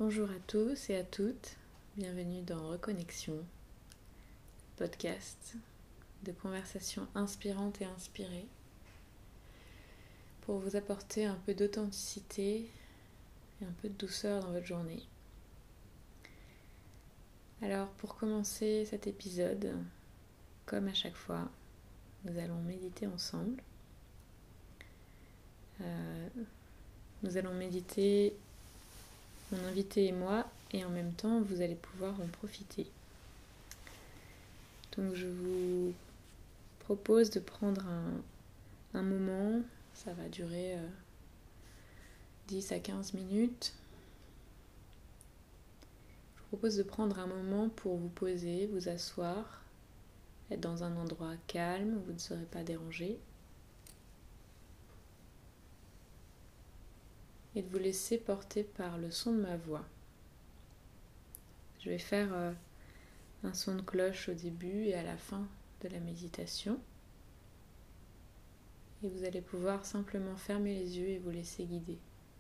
Bonjour à tous et à toutes, bienvenue dans Reconnexion, podcast de conversations inspirantes et inspirées pour vous apporter un peu d'authenticité et un peu de douceur dans votre journée. Alors pour commencer cet épisode, comme à chaque fois, nous allons méditer ensemble. Nous allons méditer, mon invité et moi, et en même temps vous allez pouvoir en profiter. Donc je vous propose de prendre un moment, ça va durer 10 à 15 minutes. Je vous propose de prendre un moment pour vous poser, vous asseoir, être dans un endroit calme où vous ne serez pas dérangé. Et de vous laisser porter par le son de ma voix. Je vais faire un son de cloche au début et à la fin de la méditation. Et vous allez pouvoir simplement fermer les yeux et vous laisser guider.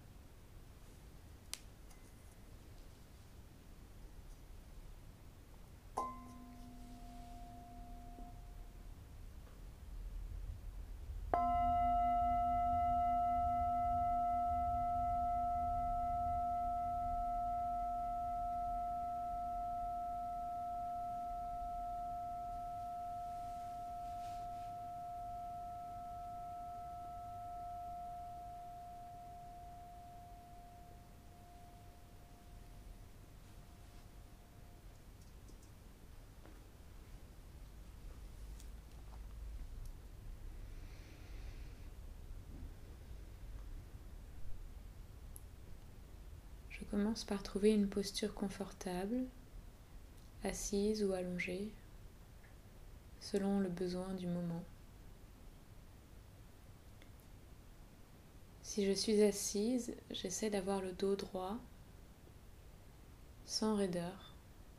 Je commence par trouver une posture confortable, assise ou allongée, selon le besoin du moment. Si je suis assise, j'essaie d'avoir le dos droit, sans raideur,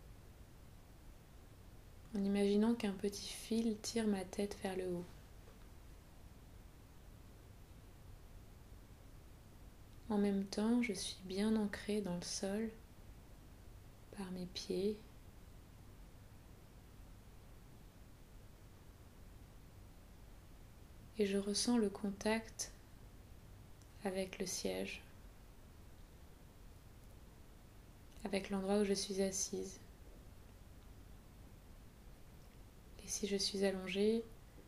en imaginant qu'un petit fil tire ma tête vers le haut. En même temps, je suis bien ancrée dans le sol, par mes pieds, et je ressens le contact avec le siège, avec l'endroit où je suis assise. Et si je suis allongée,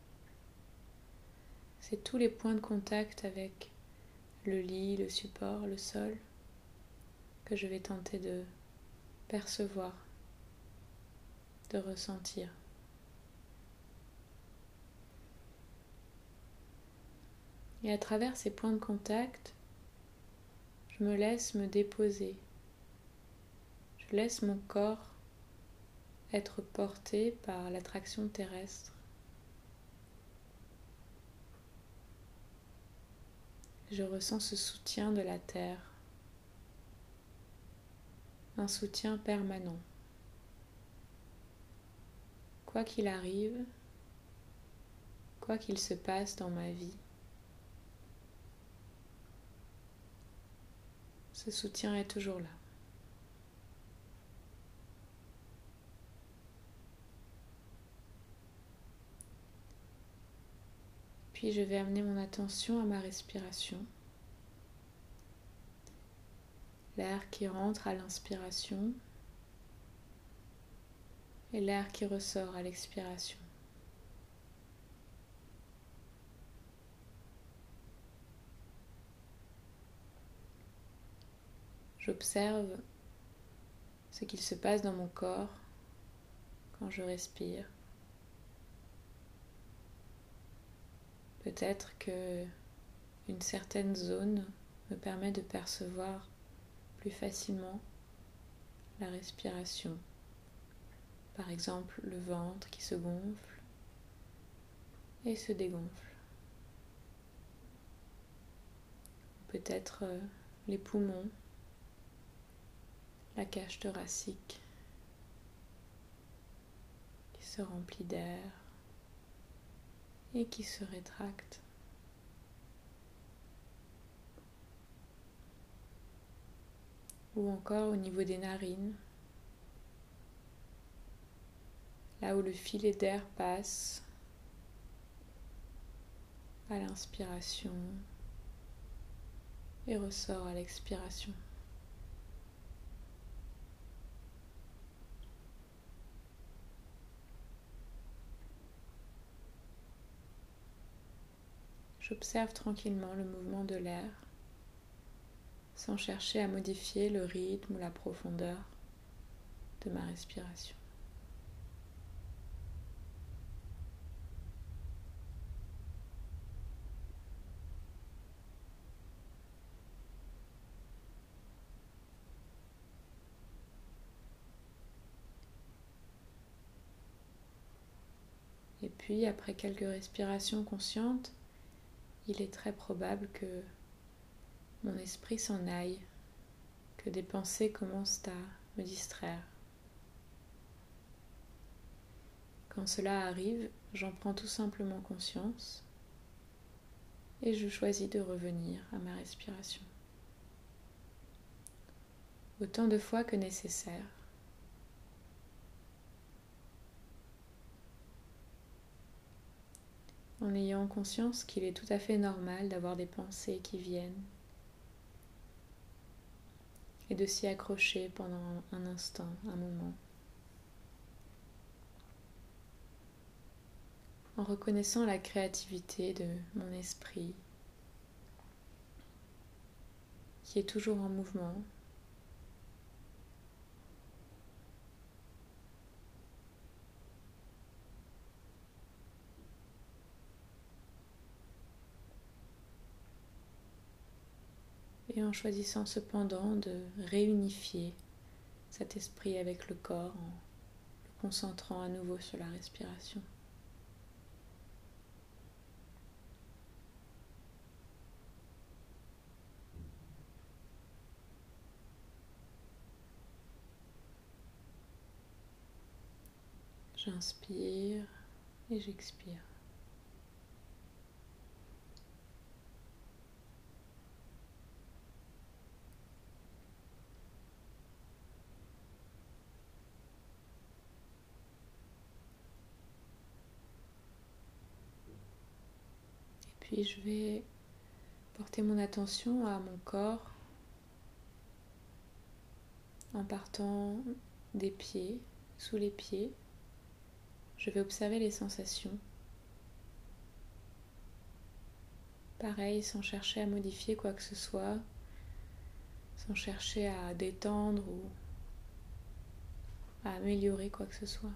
c'est tous les points de contact avec le lit, le support, le sol, que je vais tenter de percevoir, de ressentir. Et à travers ces points de contact, je me laisse me déposer. Je laisse mon corps être porté par l'attraction terrestre. Je ressens ce soutien de la terre, un soutien permanent. Quoi qu'il arrive, quoi qu'il se passe dans ma vie, ce soutien est toujours là. Puis je vais amener mon attention à ma respiration. L'air qui rentre à l'inspiration et l'air qui ressort à l'expiration. J'observe ce qu'il se passe dans mon corps quand je respire. Peut-être que une certaine zone me permet de percevoir plus facilement la respiration. Par exemple, le ventre qui se gonfle et se dégonfle. Peut-être les poumons, la cage thoracique qui se remplit d'air et qui se rétracte. ou encore au niveau des narines, là où le filet d'air passe à l'inspiration et ressort à l'expiration. J'observe tranquillement le mouvement de l'air sans chercher à modifier le rythme ou la profondeur de ma respiration. Et puis, après quelques respirations conscientes, il est très probable que mon esprit s'en aille, que des pensées commencent à me distraire. Quand cela arrive, j'en prends tout simplement conscience et je choisis de revenir à ma respiration. Autant de fois que nécessaire. En ayant conscience qu'il est tout à fait normal d'avoir des pensées qui viennent et de s'y accrocher pendant un instant, un moment. En reconnaissant la créativité de mon esprit qui est toujours en mouvement. Et en choisissant cependant de réunifier cet esprit avec le corps en le concentrant à nouveau sur la respiration. J'inspire et j'expire. Puis je vais porter mon attention à mon corps en partant des pieds, sous les pieds. Je vais observer les sensations. Pareil, sans chercher à modifier quoi que ce soit, sans chercher à détendre ou à améliorer quoi que ce soit.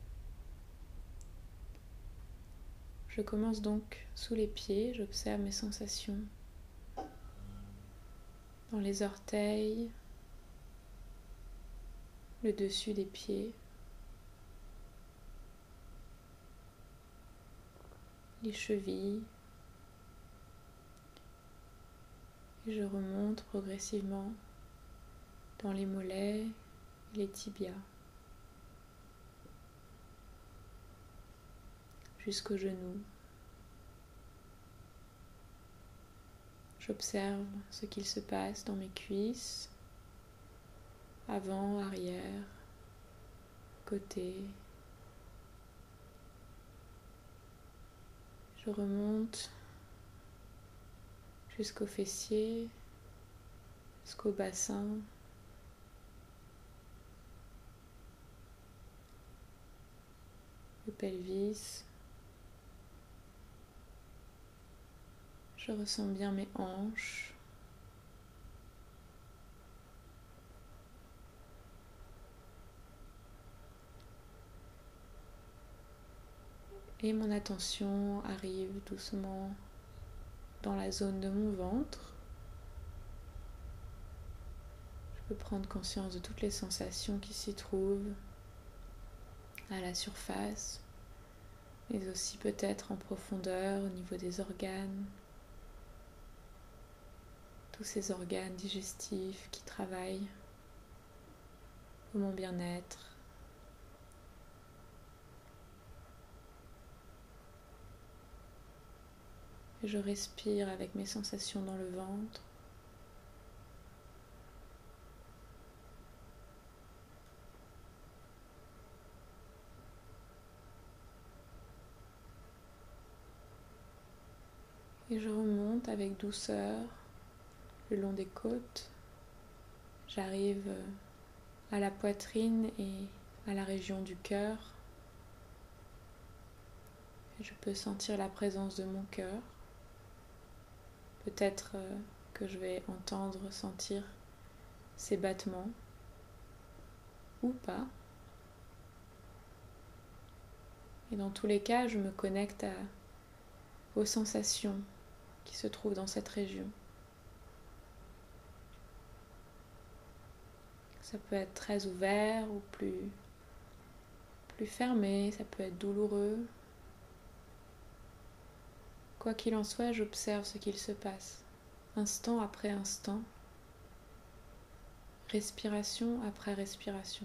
Je commence donc sous les pieds, j'observe mes sensations dans les orteils, le dessus des pieds, les chevilles, et je remonte progressivement dans les mollets et les tibias jusqu'aux genoux. J'observe ce qu'il se passe dans mes cuisses, avant, arrière, côté. Je remonte jusqu'aux fessiers, jusqu'au bassin, le pelvis. Je ressens bien mes hanches. Et mon attention arrive doucement dans la zone de mon ventre. Je peux prendre conscience de toutes les sensations qui s'y trouvent à la surface, mais aussi peut-être en profondeur au niveau des organes. Tous ces organes digestifs qui travaillent pour mon bien-être. Et je respire avec mes sensations dans le ventre. monte avec douceur le long des côtes. J'arrive à la poitrine et à la région du cœur. Je peux sentir la présence de mon cœur. Peut-être que je vais entendre, sentir ses battements ou pas. Et dans tous les cas, je me connecte aux sensations qui se trouvent dans cette région. Ça peut être très ouvert ou plus fermé, ça peut être douloureux. Quoi qu'il en soit, j'observe ce qu'il se passe, instant après instant, respiration après respiration.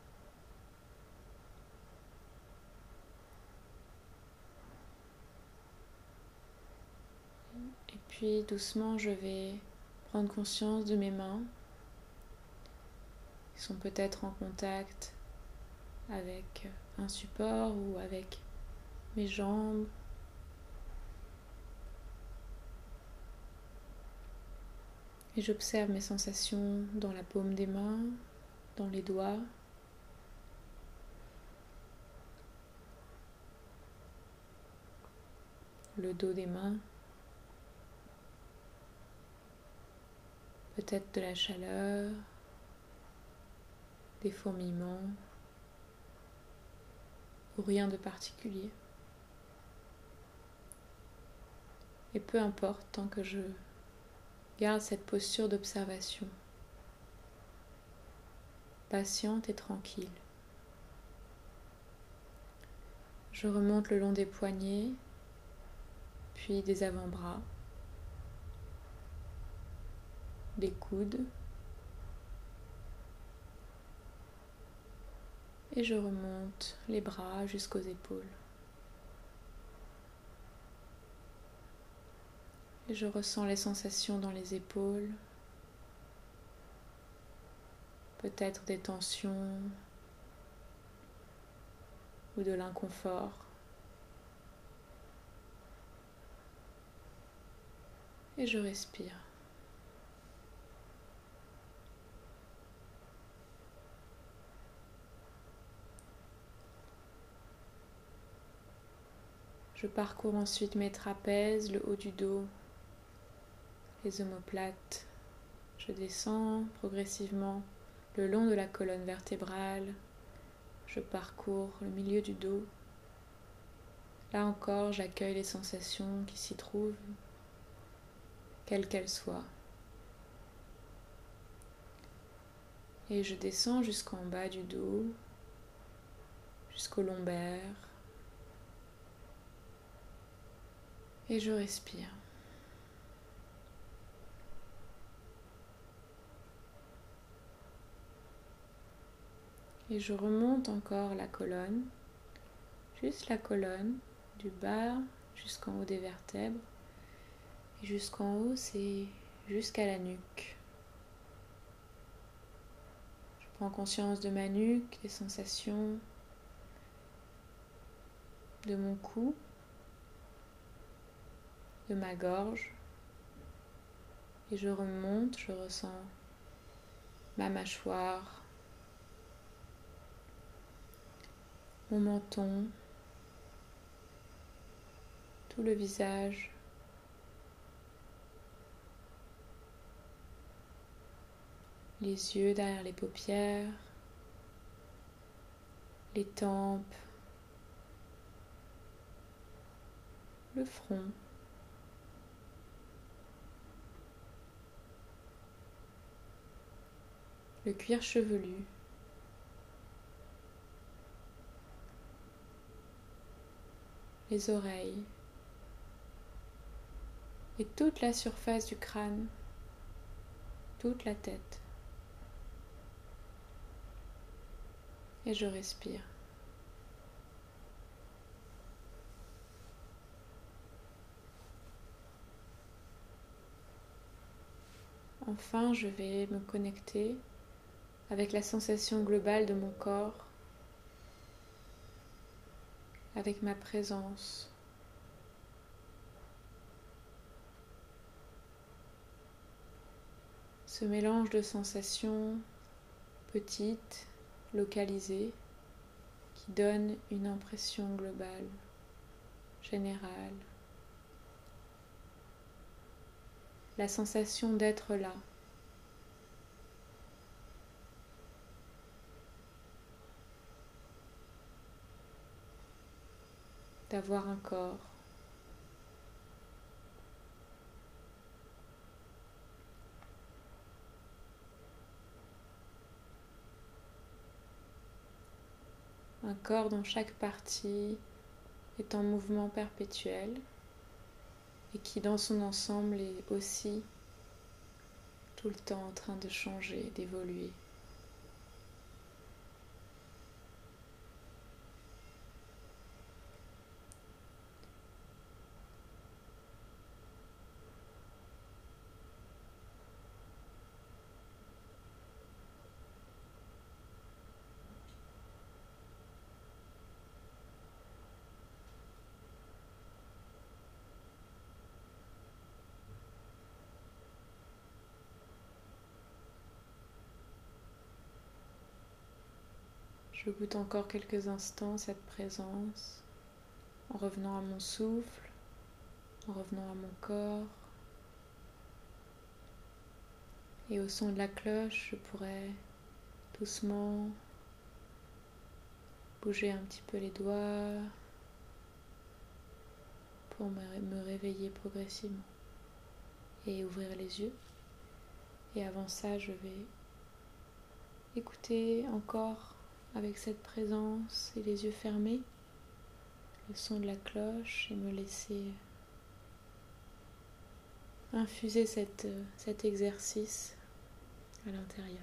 Et puis doucement, je vais prendre conscience de mes mains qui sont peut-être en contact avec un support ou avec mes jambes. Et j'observe mes sensations dans la paume des mains, dans les doigts. Le dos des mains. Peut-être de la chaleur, des fourmillements, ou rien de particulier. Et peu importe, tant que je garde cette posture d'observation, patiente et tranquille. Je remonte le long des poignets, puis des avant-bras, des coudes, et je remonte les bras jusqu'aux épaules. Et je ressens les sensations dans les épaules, peut-être des tensions ou de l'inconfort. Et je respire. Je parcours ensuite mes trapèzes, le haut du dos, les omoplates. Je descends progressivement le long de la colonne vertébrale. Je parcours le milieu du dos. Là encore, j'accueille les sensations qui s'y trouvent, quelles qu'elles soient. Et je descends jusqu'en bas du dos, jusqu'au lombaire. Et je respire. Et je remonte encore la colonne, juste la colonne, du bas jusqu'en haut des vertèbres. Et jusqu'en haut, c'est jusqu'à la nuque. Je prends conscience de ma nuque, des sensations de mon cou, de ma gorge. Et je remonte, je ressens ma mâchoire, mon menton, tout le visage. Les yeux derrière les paupières, les tempes, le front. Le cuir chevelu, les oreilles et toute la surface du crâne, toute la tête. Et je respire. Enfin, je vais me connecter avec la sensation globale de mon corps, avec ma présence. ce mélange de sensations petites, localisées, qui donne une impression globale, générale. La sensation d'être là. D'avoir un corps. Un corps dont chaque partie est en mouvement perpétuel et qui dans son ensemble est aussi tout le temps en train de changer, d'évoluer. Je goûte encore quelques instants cette présence en revenant à mon souffle, en revenant à mon corps. Et au son de la cloche, je pourrais doucement bouger un petit peu les doigts pour me réveiller progressivement et ouvrir les yeux. Et avant ça, je vais écouter encore avec cette présence et les yeux fermés le son de la cloche et me laisser infuser cet exercice à l'intérieur.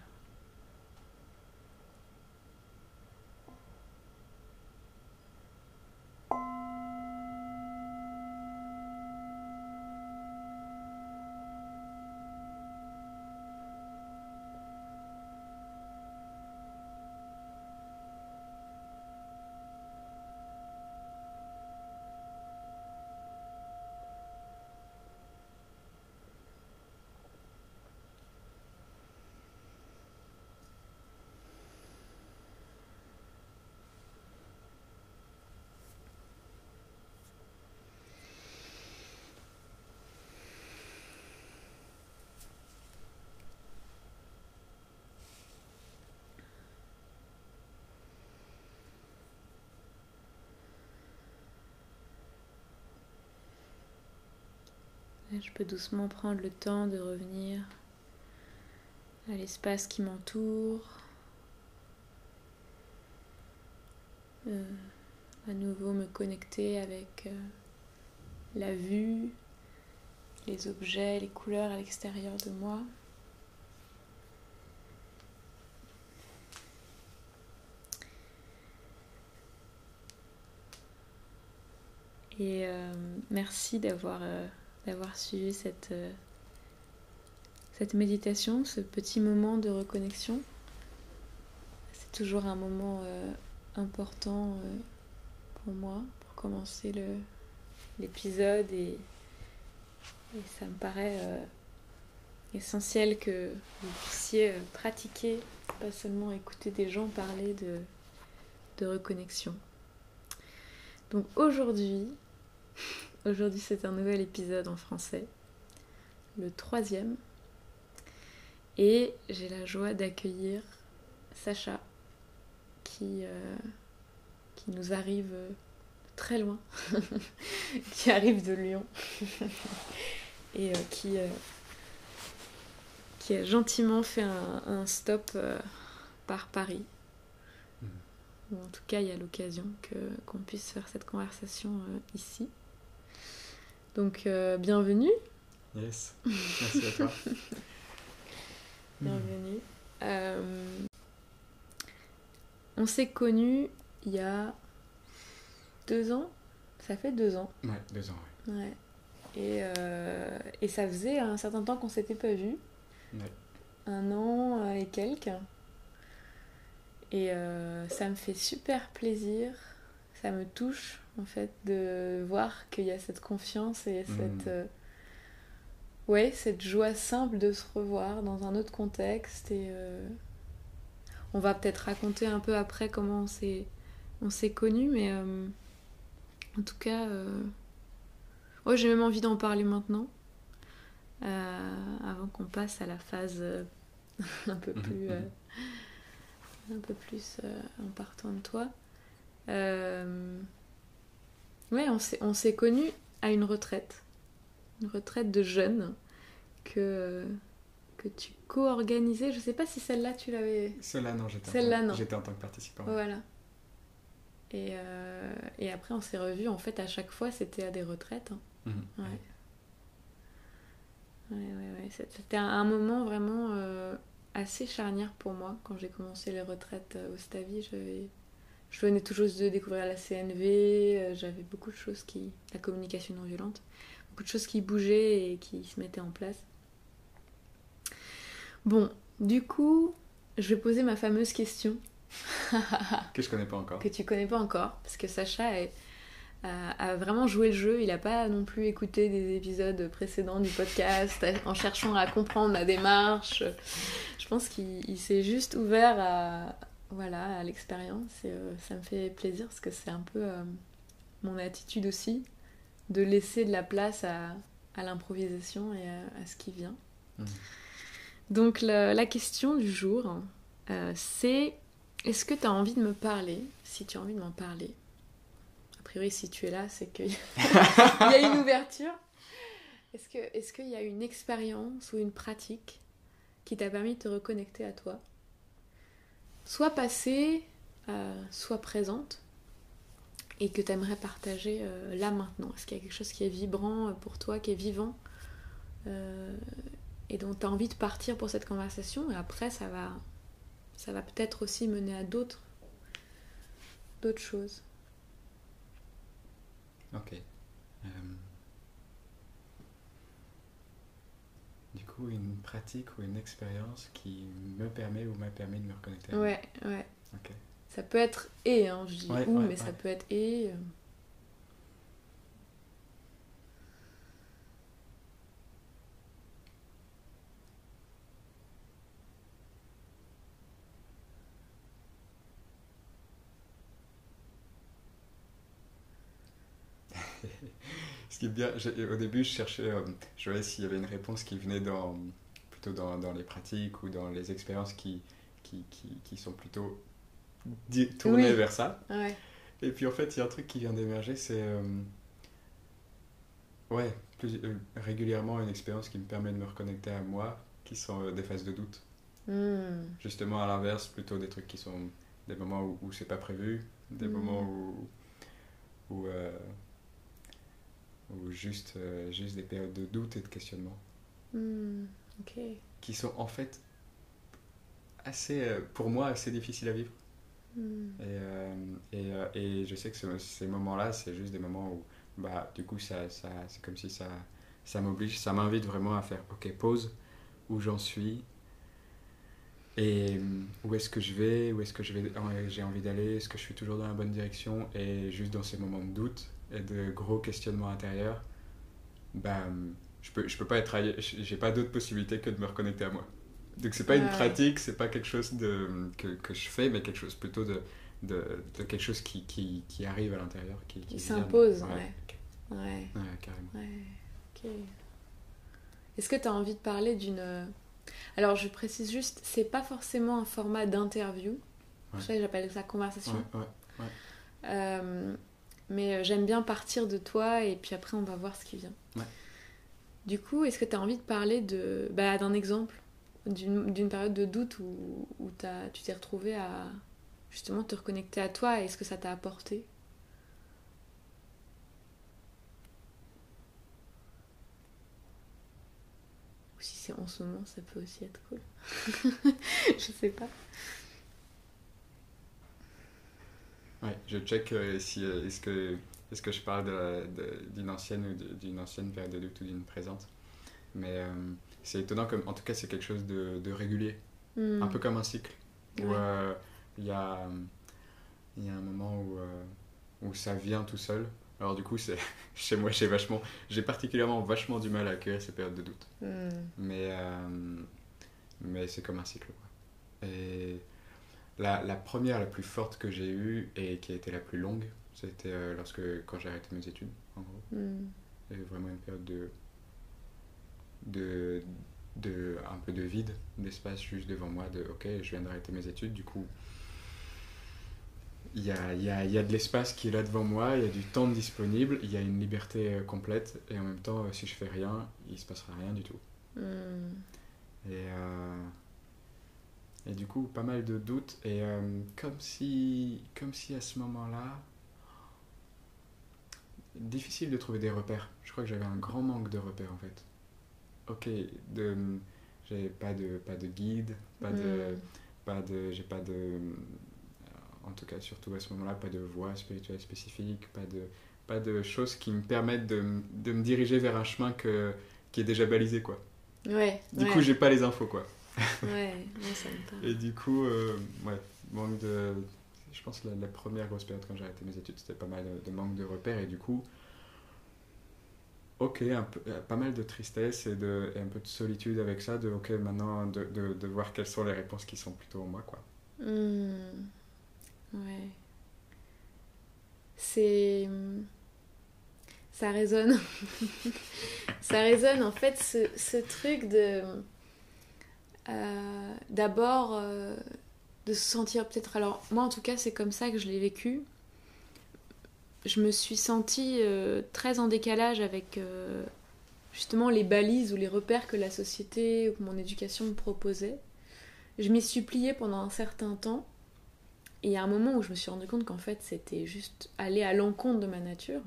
Et je peux doucement prendre le temps de revenir à l'espace qui m'entoure, à nouveau me connecter avec la vue, les objets, les couleurs à l'extérieur de moi. Et merci d'avoir suivi cette méditation, ce petit moment de reconnexion. C'est toujours un moment important pour moi, pour commencer l'épisode et ça me paraît essentiel que vous puissiez pratiquer, pas seulement écouter des gens parler de reconnexion. Donc aujourd'hui c'est un nouvel épisode en français, le 3e, et j'ai la joie d'accueillir Sacha qui nous arrive très loin, qui arrive de Lyon et qui a gentiment fait un stop par Paris. Ou en tout cas, il y a l'occasion qu'on puisse faire cette conversation ici. Donc, bienvenue. Yes, merci à toi. Bienvenue. On s'est connus il y a 2 ans. Ça fait 2 ans. Ouais, 2 ans, ouais. Et ça faisait un certain temps qu'on s'était pas vus. Ouais. 1 an et quelques. Et ça me fait super plaisir. Ça me touche, en fait, de voir qu'il y a cette confiance et ouais, cette joie simple de se revoir dans un autre contexte. Et on va peut-être raconter un peu après comment on s'est connus, mais en tout cas, ouais, j'ai même envie d'en parler maintenant, avant qu'on passe à la phase un peu plus, en partant de toi. Ouais, on s'est connus à une retraite de jeunes que tu co-organisais. Je sais pas si celle-là tu l'avais. Celle-là, non, j'étais en tant que participant. Voilà. Et après, on s'est revus. En fait, à chaque fois, c'était à des retraites. Hein. Ouais. C'était un moment vraiment assez charnière pour moi quand j'ai commencé les retraites au Stavi. Je venais tout juste de découvrir la CNV. J'avais beaucoup de choses la communication non violente, beaucoup de choses qui bougeaient et qui se mettaient en place. Bon, du coup, je vais poser ma fameuse question. Que je connais pas encore. Que tu connais pas encore, parce que Sacha a vraiment joué le jeu. Il a pas non plus écouté des épisodes précédents du podcast en cherchant à comprendre la démarche. Je pense qu'il s'est juste ouvert à l'expérience, et ça me fait plaisir parce que c'est un peu mon attitude aussi, de laisser de la place à l'improvisation et à ce qui vient. Donc la question du jour, c'est: est-ce que tu as envie de me parler? Si tu as envie de m'en parler, a priori si tu es là, c'est qu'il y a une ouverture. Est-ce qu'il y a une expérience ou une pratique qui t'a permis de te reconnecter à toi, soit passée, soit présente, et que tu aimerais partager là maintenant? Est-ce qu'il y a quelque chose qui est vibrant pour toi, qui est vivant, et dont tu as envie de partir pour cette conversation? Et après, ça va peut-être aussi mener à d'autres choses. Ok. Du coup, une pratique ou une expérience qui me permet ou m'a permis de me reconnecter à moi. Ouais. Ok. Ça peut être et, hein, je dis mais ça peut être et. Ce qui est bien, au début, je cherchais, je voyais s'il y avait une réponse qui venait plutôt dans les pratiques ou dans les expériences qui sont plutôt tournées vers ça. Ouais. Et puis en fait, il y a un truc qui vient d'émerger, c'est régulièrement une expérience qui me permet de me reconnecter à moi, qui sont des phases de doute. Justement, à l'inverse, plutôt des trucs qui sont des moments où c'est pas prévu, des moments où juste des périodes de doute et de questionnement. Okay. Qui sont en fait pour moi assez difficiles à vivre. Et je sais que ces moments-là, c'est juste des moments où du coup c'est comme si ça m'oblige, ça m'invite vraiment à faire ok, pause, où j'en suis et où est-ce que j'ai envie d'aller, est-ce que je suis toujours dans la bonne direction. Et juste dans ces moments de doute et de gros questionnements intérieurs, je peux pas être ailleurs, j'ai pas d'autre possibilité que de me reconnecter à moi. Donc c'est pas une pratique, c'est pas quelque chose que je fais, mais quelque chose plutôt de quelque chose qui arrive à l'intérieur, qui s'impose. Ouais, carrément. Ouais, ok. Est-ce que tu as envie de parler d'une... Alors je précise juste, c'est pas forcément un format d'interview. Je sais, j'appelle ça conversation. Mais j'aime bien partir de toi et puis après on va voir ce qui vient. Du coup, est-ce que tu as envie de parler d'un exemple, d'une période de doute où tu t'es retrouvée à justement te reconnecter à toi, et est-ce que ça t'a apporté? Ou si c'est en ce moment, ça peut aussi être cool. Je sais pas. Ouais, je check si est-ce que je parle d'une ancienne période de doute ou d'une présente. Mais c'est étonnant, en tout cas c'est quelque chose de régulier, un peu comme un cycle, où il y a un moment où ça vient tout seul, Alors du coup, chez moi, j'ai particulièrement vachement du mal à accueillir ces périodes de doute. Mais, mais c'est comme un cycle, quoi. Et la première, la plus forte que j'ai eue et qui a été la plus longue, c'était quand j'ai arrêté mes études, en gros. Il y avait vraiment une période de, un peu de vide, d'espace juste devant moi, ok, je viens d'arrêter mes études, du coup, il y a de l'espace qui est là devant moi, il y a du temps disponible, il y a une liberté complète, et en même temps, si je fais rien, il se passera rien du tout. Et du coup, pas mal de doutes, et comme si à ce moment-là, difficile de trouver des repères. Je crois que j'avais un grand manque de repères, en fait. Ok, j'ai pas de guide, j'ai pas de, en tout cas surtout à ce moment-là, pas de voie spirituelle spécifique, pas de choses qui me permettent de me diriger vers un chemin qui est déjà balisé, quoi. Ouais. Du coup, j'ai pas les infos, quoi. Ouais, ça me parle. Et du coup, manque de... Je pense que la première grosse période quand j'ai arrêté mes études, c'était pas mal de manque de repères, et du coup, ok, pas mal de tristesse et un peu de solitude avec ça, ok, maintenant de voir quelles sont les réponses qui sont plutôt en moi, quoi. Ouais. Ça résonne. Ça résonne, en fait, ce truc d'abord de se sentir peut-être... Alors, moi, en tout cas, c'est comme ça que je l'ai vécu. Je me suis sentie très en décalage avec justement les balises ou les repères que la société ou que mon éducation me proposait. Je m'y suis pliée pendant un certain temps. Et il y a un moment où je me suis rendu compte qu'en fait, c'était juste aller à l'encontre de ma nature.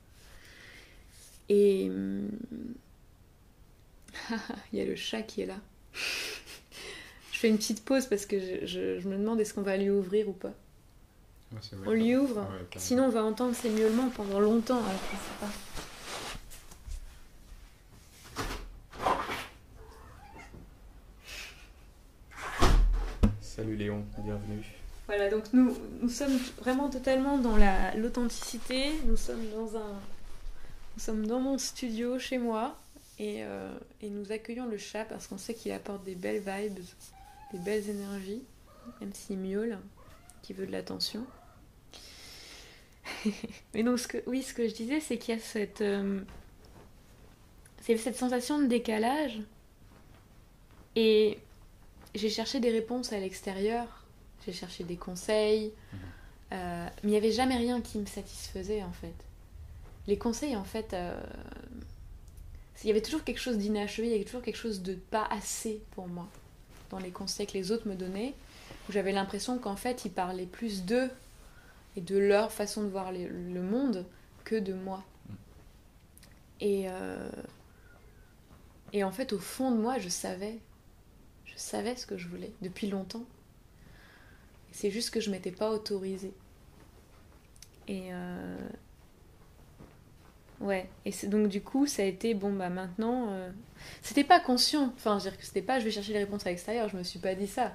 Et il y a le chat qui est là. Je fais une petite pause parce que je me demande est-ce qu'on va lui ouvrir ou pas. Ouais, c'est vrai, on lui ouvre, ouais, sinon on va entendre ses miaulements pendant longtemps, alors je sais pas. Salut Léon, bienvenue. Voilà, donc nous sommes vraiment totalement dans l'authenticité, nous sommes dans mon studio chez moi et nous accueillons le chat parce qu'on sait qu'il apporte des belles vibes, des belles énergies, même s'il miaule, qu'il veut de l'attention. Mais donc ce que je disais, c'est qu'il y a cette sensation de décalage et j'ai cherché des réponses à l'extérieur, j'ai cherché des conseils, mais il n'y avait jamais rien qui me satisfaisait en fait. Les conseils en fait, il y avait toujours quelque chose d'inachevé, il y avait toujours quelque chose de pas assez pour moi dans les conseils que les autres me donnaient, où j'avais l'impression qu'en fait ils parlaient plus d'eux et de leur façon de voir le monde que de moi. Et en fait, au fond de moi, je savais ce que je voulais depuis longtemps. C'est juste que je m'étais pas autorisée. Et ouais. Et donc du coup, ça a été maintenant. C'était pas conscient. Enfin, je veux dire que c'était pas. Je vais chercher les réponses à l'extérieur. Je me suis pas dit ça.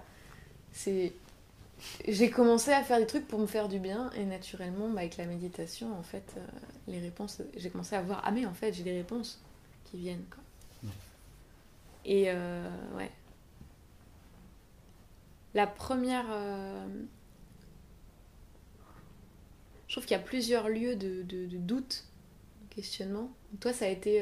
J'ai commencé à faire des trucs pour me faire du bien et naturellement avec la méditation en fait les réponses j'ai commencé à voir mais en fait j'ai des réponses qui viennent quoi. Et ouais la première je trouve qu'il y a plusieurs lieux de doute, de questionnement. Toi ça a été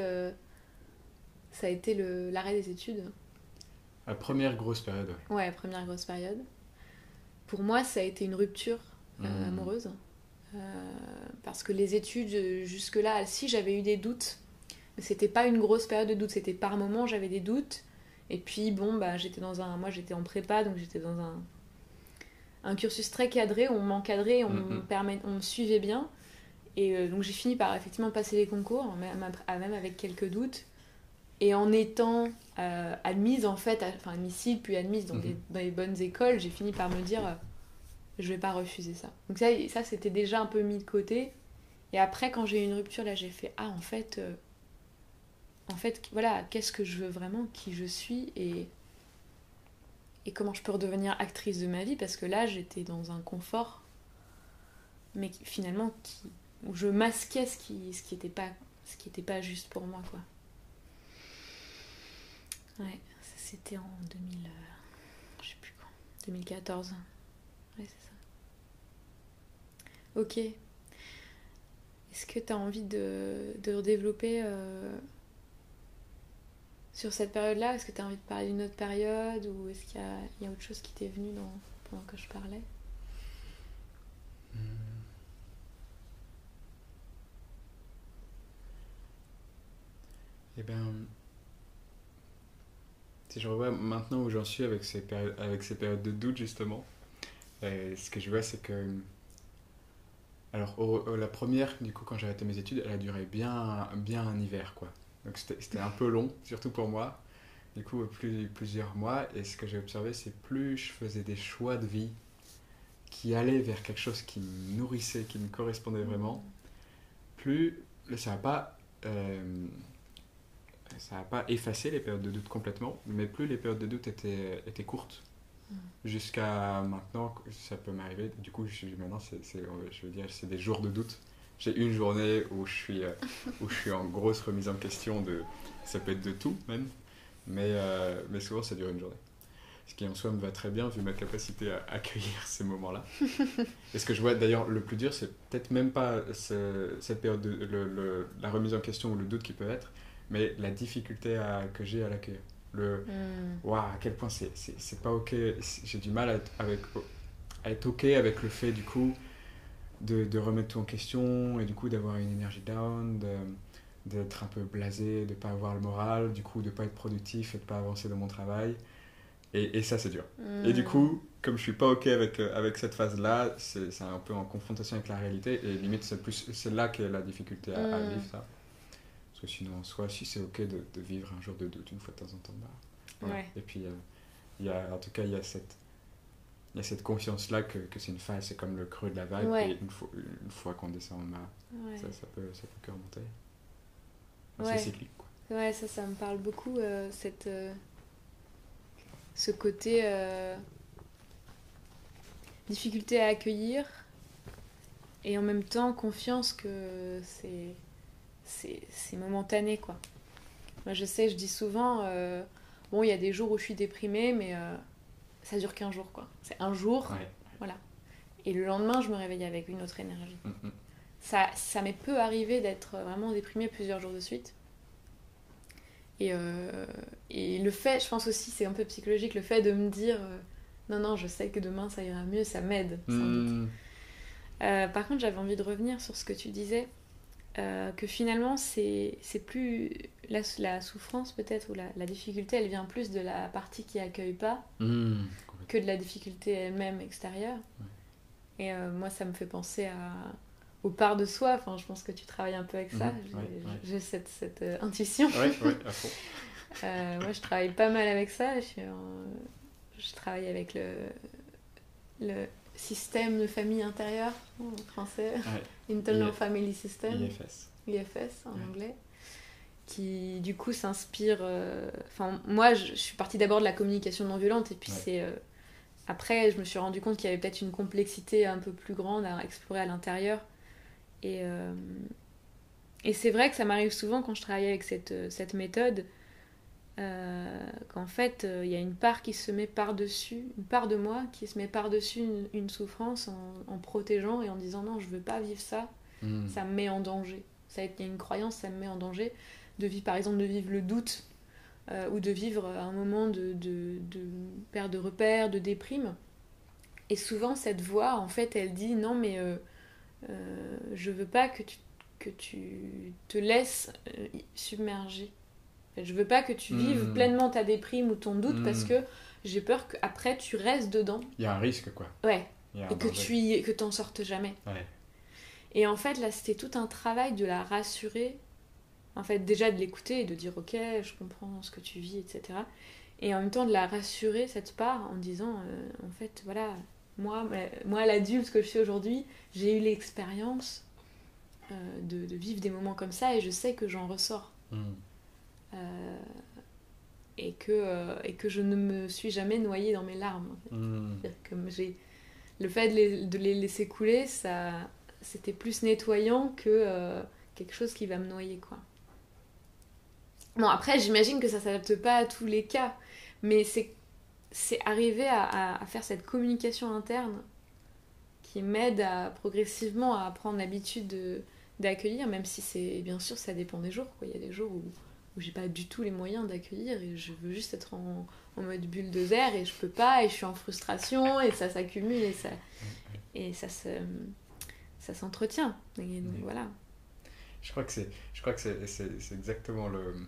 l'arrêt des études. La première grosse période. Ouais, première grosse période. Pour moi, ça a été une rupture amoureuse. Parce que les études, jusque-là, si j'avais eu des doutes, mais c'était pas une grosse période de doute, c'était par moments j'avais des doutes. Et puis, moi j'étais en prépa, donc j'étais dans un cursus très cadré, on m'encadrait, on me suivait bien. Et donc j'ai fini par effectivement passer les concours, même avec quelques doutes. Et en étant admise en fait, admissible puis admise dans les bonnes écoles, j'ai fini par me dire je vais pas refuser ça. Donc ça c'était déjà un peu mis de côté. Et après quand j'ai eu une rupture là j'ai fait en fait voilà qu'est-ce que je veux vraiment, qui je suis et comment je peux redevenir actrice de ma vie parce que là j'étais dans un confort mais finalement où je masquais ce qui était pas juste pour moi, quoi. Ouais, ça c'était en 2000, je sais plus quand, 2014. Ouais, c'est ça. Ok. Est-ce que tu as envie de redévelopper sur cette période-là? Est-ce que tu as envie de parler d'une autre période, ou est-ce qu'il y a autre chose qui t'est venu pendant que je parlais? Eh bien, si je revois maintenant où j'en suis avec avec ces périodes de doute, justement, ce que je vois, c'est que... Alors, la première, du coup, quand j'ai arrêté mes études, elle a duré bien un hiver, quoi. Donc, c'était un peu long, surtout pour moi. Du coup, plusieurs mois. Et ce que j'ai observé, c'est plus je faisais des choix de vie qui allaient vers quelque chose qui me nourrissait, qui me correspondait vraiment, plus ça n'a pas... ça n'a pas effacé les périodes de doute complètement, mais plus les périodes de doute étaient courtes. Jusqu'à maintenant, ça peut m'arriver. Du coup, maintenant, je veux dire, c'est des jours de doute. J'ai une journée où je suis en grosse remise en question ça peut être de tout même, mais souvent ça dure une journée. Ce qui en soi me va très bien vu ma capacité à accueillir ces moments-là. Et ce que je vois d'ailleurs le plus dur, c'est peut-être même pas cette période la remise en question ou le doute qui peut être, mais la difficulté que j'ai à l'accueillir. Waouh, à quel point c'est pas ok. J'ai du mal à être ok avec le fait du coup de remettre tout en question et du coup d'avoir une énergie down, d'être un peu blasé, de pas avoir le moral, du coup de pas être productif et de pas avancer dans mon travail. Et ça, c'est dur. Et du coup, comme je suis pas ok avec cette phase-là, c'est un peu en confrontation avec la réalité. Et limite, c'est là qu'est la difficulté à vivre ça. Parce que sinon, en soi, si c'est ok de vivre un jour de doute une fois de temps en temps, bah, voilà. Ouais. Et puis, en tout cas, il y a cette conscience-là que c'est une phase, c'est comme le creux de la vague. Ouais. Et une fois qu'on descend en bas, Ouais. ça peut que remonter. Ouais. C'est cyclique, quoi. Ouais, ça me parle beaucoup, ce côté difficulté à accueillir, et en même temps confiance que c'est momentané, quoi. Moi, je sais, je dis souvent, bon, il y a des jours où je suis déprimée, mais ça dure qu'un jour, quoi. C'est un jour, Ouais. voilà. Et le lendemain, je me réveille avec une autre énergie. Mm-hmm. Ça m'est peu arrivé d'être vraiment déprimée plusieurs jours de suite. Et le fait, je pense aussi, c'est un peu psychologique, le fait de me dire non, je sais que demain ça ira mieux, ça m'aide, sans doute. Par contre, j'avais envie de revenir sur ce que tu disais, que finalement, c'est plus la souffrance, peut-être, ou la difficulté, elle vient plus de la partie qui accueille pas que de la difficulté elle-même extérieure. Ouais. Et moi, ça me fait penser aux parts de soi. Enfin, je pense que tu travailles un peu avec ça. J'ai cette intuition. Oui, à fond. Moi, je travaille pas mal avec ça. Je travaille avec le système de famille intérieure, en français, Internal Family System, IFS en anglais, qui du coup s'inspire... moi, je suis partie d'abord de la communication non violente, et puis après, je me suis rendu compte qu'il y avait peut-être une complexité un peu plus grande à explorer à l'intérieur. Et c'est vrai que ça m'arrive souvent quand je travaille avec cette méthode, qu'en fait, il y a une part qui se met par-dessus, une part de moi qui se met par-dessus une souffrance en protégeant et en disant non, je veux pas vivre ça, ça me met en danger. Il y a une croyance, ça me met en danger de vivre, par exemple, de vivre le doute, ou de vivre un moment de perte de repères, de déprime. Et souvent, cette voix, en fait, elle dit non, mais je veux pas que tu te laisses submerger. Je veux pas que tu vives pleinement ta déprime ou ton doute, parce que j'ai peur qu'après tu restes dedans. Il y a un risque, quoi. Ouais. Et que t'en sortes jamais. Ouais. Et en fait, là, c'était tout un travail de la rassurer. En fait, déjà de l'écouter et de dire ok, je comprends ce que tu vis, etc. Et en même temps de la rassurer, cette part, en disant en fait, voilà, moi l'adulte que je suis aujourd'hui, j'ai eu l'expérience de vivre des moments comme ça, et je sais que j'en ressors. Et que je ne me suis jamais noyée dans mes larmes, en fait. C'est-à-dire que le fait de les laisser couler, ça c'était plus nettoyant que quelque chose qui va me noyer, quoi. Bon, après, j'imagine que ça s'adapte pas à tous les cas, mais c'est arriver à faire cette communication interne qui m'aide progressivement à prendre l'habitude d'accueillir, même si c'est, bien sûr, ça dépend des jours, quoi. Il y a des jours où j'ai pas du tout les moyens d'accueillir et je veux juste être en mode bulldozer et je peux pas et je suis en frustration et ça s'accumule et ça s'entretient. Et donc voilà. Je crois que c'est exactement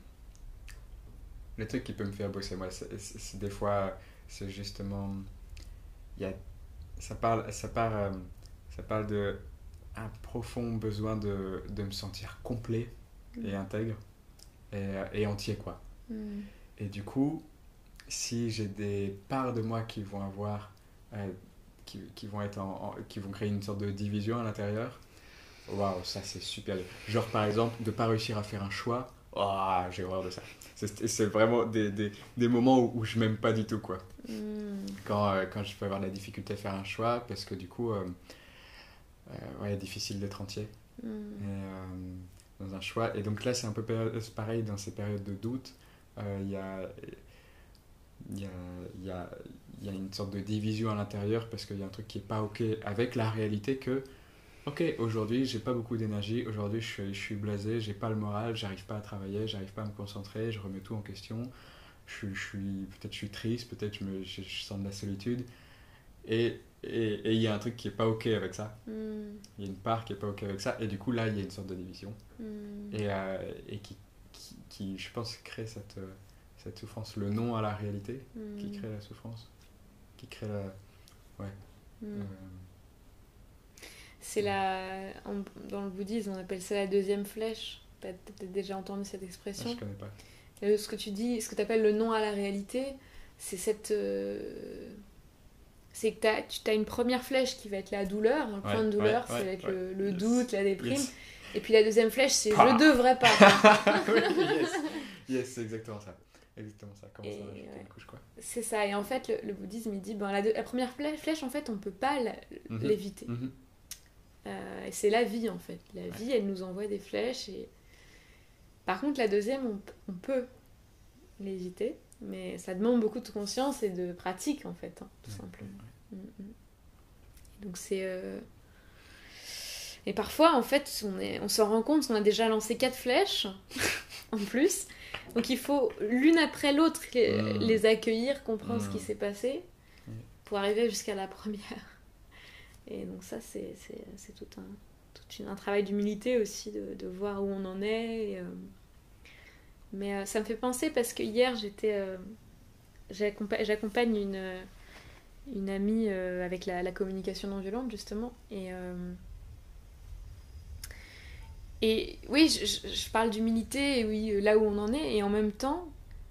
le truc qui peut me faire bosser. Moi, c'est des fois, c'est justement, il y a, ça parle de un profond besoin de me sentir complet et intègre et entier, quoi. Et du coup, si j'ai des parts de moi qui vont avoir qui vont être qui vont créer une sorte de division à l'intérieur, waouh, ça c'est super. Genre par exemple, de pas réussir à faire un choix, oh, j'ai horreur de ça. C'est vraiment des moments où je m'aime pas du tout, quoi. Quand je peux avoir de la difficulté à faire un choix, parce que du coup, ouais, difficile d'être entier dans un choix. Et donc là, c'est un peu pareil dans ces périodes de doute. Il y a une sorte de division à l'intérieur parce qu'il y a un truc qui est pas ok avec la réalité que ok, aujourd'hui j'ai pas beaucoup d'énergie, aujourd'hui je suis blasé, j'ai pas le moral, j'arrive pas à travailler, j'arrive pas à me concentrer, je remets tout en question, peut-être je suis triste, peut-être je sens de la solitude et il y a un truc qui est pas ok avec ça, il y a une part qui est pas ok avec ça et du coup là il y a une sorte de division et qui je pense crée cette souffrance, le non à la réalité qui crée la souffrance, qui crée la... ouais. C'est dans le bouddhisme, on appelle ça la deuxième flèche. T'as peut-être déjà entendu cette expression. Je connais pas. Ce que tu dis, ce que tu appelles le non à la réalité, c'est c'est que tu as une première flèche qui va être la douleur, le point de douleur, ça va être le doute, la déprime. Yes. Et puis la deuxième flèche, c'est je devrais pas. Oui, yes, c'est exactement ça. Exactement ça, comment ça rajouter une couche, quoi. C'est ça, et en fait le bouddhisme il dit la première flèche en fait on peut pas l'éviter. Et c'est la vie en fait, la vie elle nous envoie des flèches et par contre la deuxième on peut l'éviter, mais ça demande beaucoup de conscience et de pratique en fait, tout simplement. Donc c'est et parfois en fait on s'en rend compte qu'on a déjà lancé 4 flèches en plus. Donc il faut l'une après l'autre les accueillir, comprendre ce qui s'est passé pour arriver jusqu'à la première. Et donc ça c'est tout un travail d'humilité aussi, de voir où on en est. Mais ça me fait penser parce que hier j'accompagne une amie avec la communication non violente justement et oui, je parle d'humilité, et oui, là où on en est, et en même temps,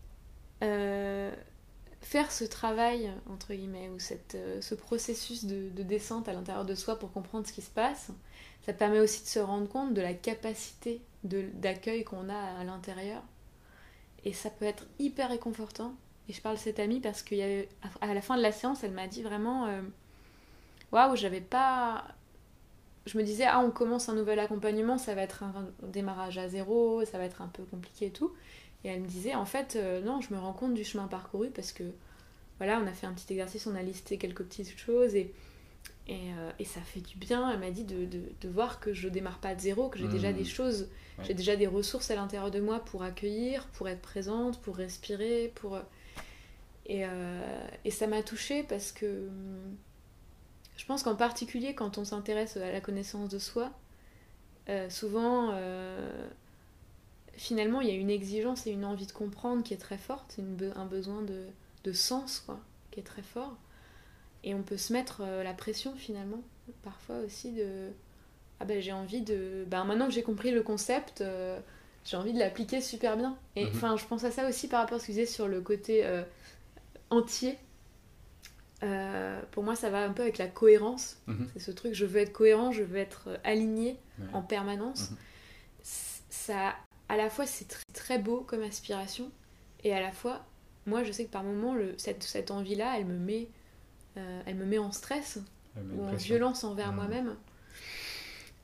faire ce travail, entre guillemets, ou ce processus de descente à l'intérieur de soi pour comprendre ce qui se passe, ça permet aussi de se rendre compte de la capacité d'accueil qu'on a à l'intérieur. Et ça peut être hyper réconfortant. Et je parle de cette amie parce qu'à la fin de la séance, elle m'a dit vraiment waouh, j'avais pas... Je me disais, on commence un nouvel accompagnement, ça va être un démarrage à zéro, ça va être un peu compliqué et tout. Et elle me disait, en fait, non, je me rends compte du chemin parcouru parce que, voilà, on a fait un petit exercice, on a listé quelques petites choses et ça fait du bien. Elle m'a dit de voir que je démarre pas de zéro, que j'ai déjà des choses, j'ai déjà des ressources à l'intérieur de moi pour accueillir, pour être présente, pour respirer, et ça m'a touchée parce que... Je pense qu'en particulier quand on s'intéresse à la connaissance de soi, souvent, finalement, il y a une exigence et une envie de comprendre qui est très forte, un besoin de sens, quoi, qui est très fort. Et on peut se mettre la pression, finalement, parfois aussi j'ai envie de... maintenant que j'ai compris le concept, j'ai envie de l'appliquer super bien. Et je pense à ça aussi par rapport à ce que tu disais sur le côté entier. Pour moi ça va un peu avec la cohérence, c'est ce truc, je veux être cohérent, je veux être aligné en permanence. Ça, à la fois c'est très, très beau comme aspiration et à la fois moi je sais que par moments cette envie là elle me met en stress ou en violence envers moi-même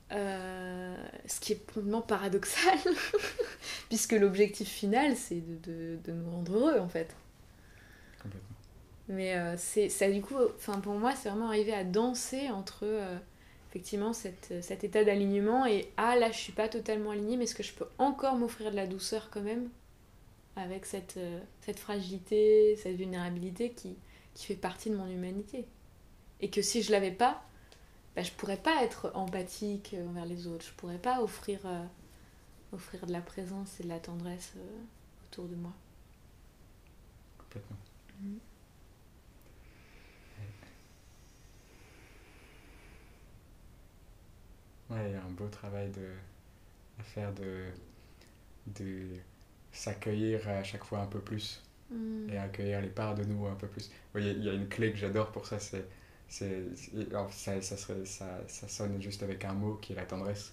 Ce qui est complètement paradoxal, puisque l'objectif final, c'est de nous rendre heureux, en fait. Complètement. Mais c'est ça, du coup, pour moi, c'est vraiment arriver à danser entre effectivement cet état d'alignement et là, je suis pas totalement alignée, mais est-ce que je peux encore m'offrir de la douceur quand même avec cette fragilité, cette vulnérabilité qui fait partie de mon humanité. Et que si je l'avais pas, je pourrais pas être empathique envers les autres, je pourrais pas offrir de la présence et de la tendresse autour de moi. Complètement. Ouais, il y a un beau travail à faire de s'accueillir à chaque fois un peu plus et accueillir les parts de nous un peu plus. Il y a une clé que j'adore pour ça, alors ça sonne juste avec un mot qui est la tendresse.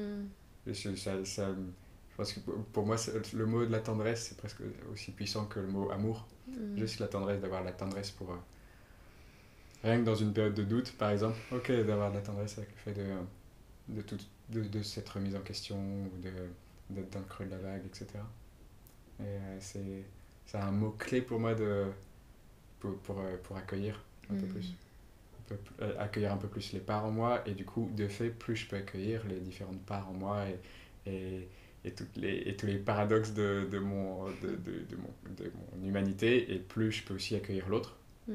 Je pense que pour moi, le mot de la tendresse, c'est presque aussi puissant que le mot amour. Juste la tendresse, d'avoir la tendresse pour... rien que dans une période de doute, par exemple, ok, d'avoir de la tendresse avec le fait de cette remise en question, ou d'être dans le creux de la vague, etc. Et c'est un mot-clé pour moi pour accueillir un peu plus. Accueillir un peu plus les parts en moi, et du coup, de fait, plus je peux accueillir les différentes parts en moi et tous les paradoxes de mon humanité, et plus je peux aussi accueillir l'autre.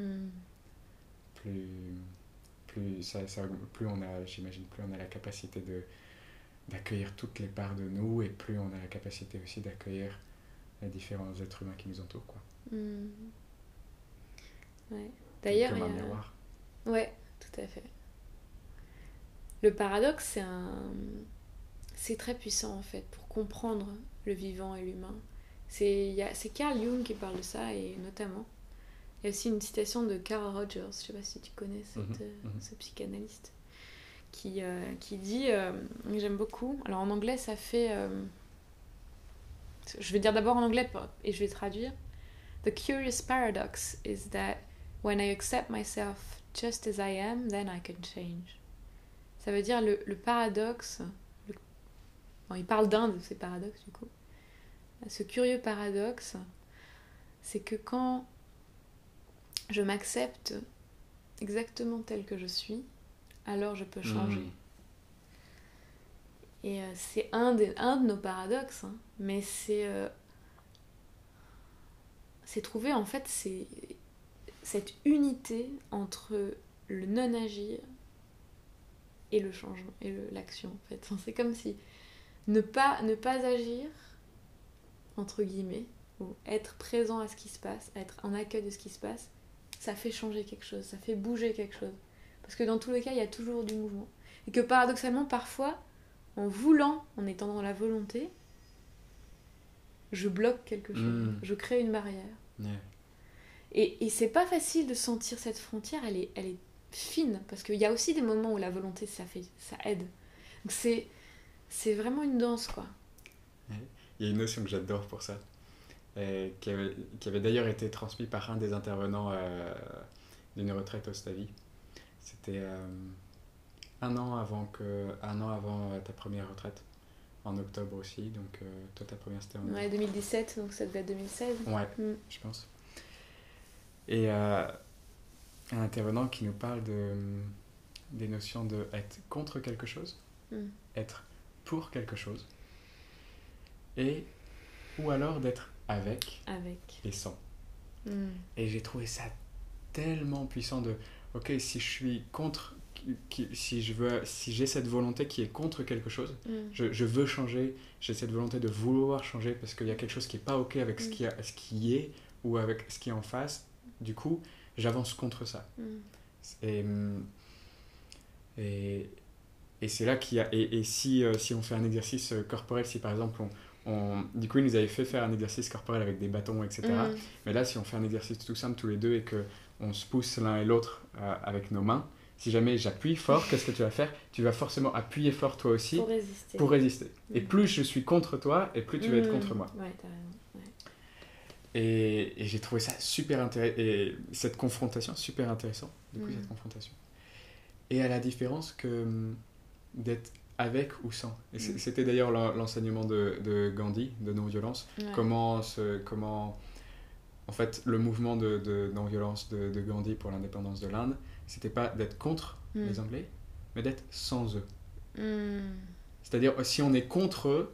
Plus on a, j'imagine, plus on a la capacité d'accueillir toutes les parts de nous, et plus on a la capacité aussi d'accueillir les différents êtres humains qui nous entourent, quoi. Ouais. D'ailleurs, comme un miroir. Ouais, tout à fait. Le paradoxe, c'est très puissant en fait pour comprendre le vivant et l'humain. C'est Carl Jung qui parle de ça, et notamment il y a aussi une citation de Carl Rogers, je sais pas si tu connais ce psychanalyste, qui dit, j'aime beaucoup, alors en anglais ça fait, je vais dire d'abord en anglais et je vais traduire. The curious paradox is that when I accept myself just as I am, then I can change. Ça veut dire le paradoxe, il parle d'un de ces paradoxes du coup. Ce curieux paradoxe, c'est que quand je m'accepte exactement tel que je suis, alors je peux changer. Et c'est un de nos paradoxes, hein, mais c'est trouver en fait cette unité entre le non-agir et le changement et l'action en fait. C'est comme si ne pas agir, entre guillemets, ou être présent à ce qui se passe, être en accueil de ce qui se passe, ça fait changer quelque chose, ça fait bouger quelque chose. Parce que dans tous les cas, il y a toujours du mouvement. Et que paradoxalement, parfois, en étant dans la volonté, je bloque quelque chose, je crée une barrière. Et c'est pas facile de sentir cette frontière, elle est fine, parce qu'il y a aussi des moments où la volonté, ça aide. Donc c'est vraiment une danse, quoi. Il y a une notion que j'adore pour ça, qui avait d'ailleurs été transmise par un des intervenants d'une retraite au Stavi. C'était un an avant ta première retraite, en octobre aussi, donc toi ta première c'était en... Ouais, 2017, donc ça devait être 2016. Ouais, je pense. Et un intervenant qui nous parle des notions de être contre quelque chose, être pour quelque chose, ou alors d'être avec et sans. Et j'ai trouvé ça tellement puissant ok, si je suis contre, si j'ai cette volonté qui est contre quelque chose, je veux changer, j'ai cette volonté de vouloir changer parce qu'il y a quelque chose qui n'est pas ok avec ce qui est ou avec ce qui est en face, du coup j'avance contre ça. Et c'est là qu'il y a, et si on fait un exercice corporel, si par exemple du coup ils nous avaient fait faire un exercice corporel avec des bâtons, etc. Mais là si on fait un exercice tout simple tous les deux et qu'on se pousse l'un et l'autre avec nos mains, si jamais j'appuie fort, qu'est-ce que tu vas faire? Tu vas forcément appuyer fort toi aussi pour résister. Et plus je suis contre toi, et plus tu vas être contre moi. Ouais, t'as raison. Ouais. Et j'ai trouvé ça super intéressant, et cette confrontation super intéressante, du coup cette confrontation. Et à la différence que d'être avec ou sans. Et Mm. c'était d'ailleurs l'enseignement de Gandhi, de non-violence. Ouais. Comment, en fait, le mouvement de non-violence de Gandhi pour l'indépendance de l'Inde, c'était pas d'être contre les Anglais, mais d'être sans eux. C'est-à-dire, si on est contre eux,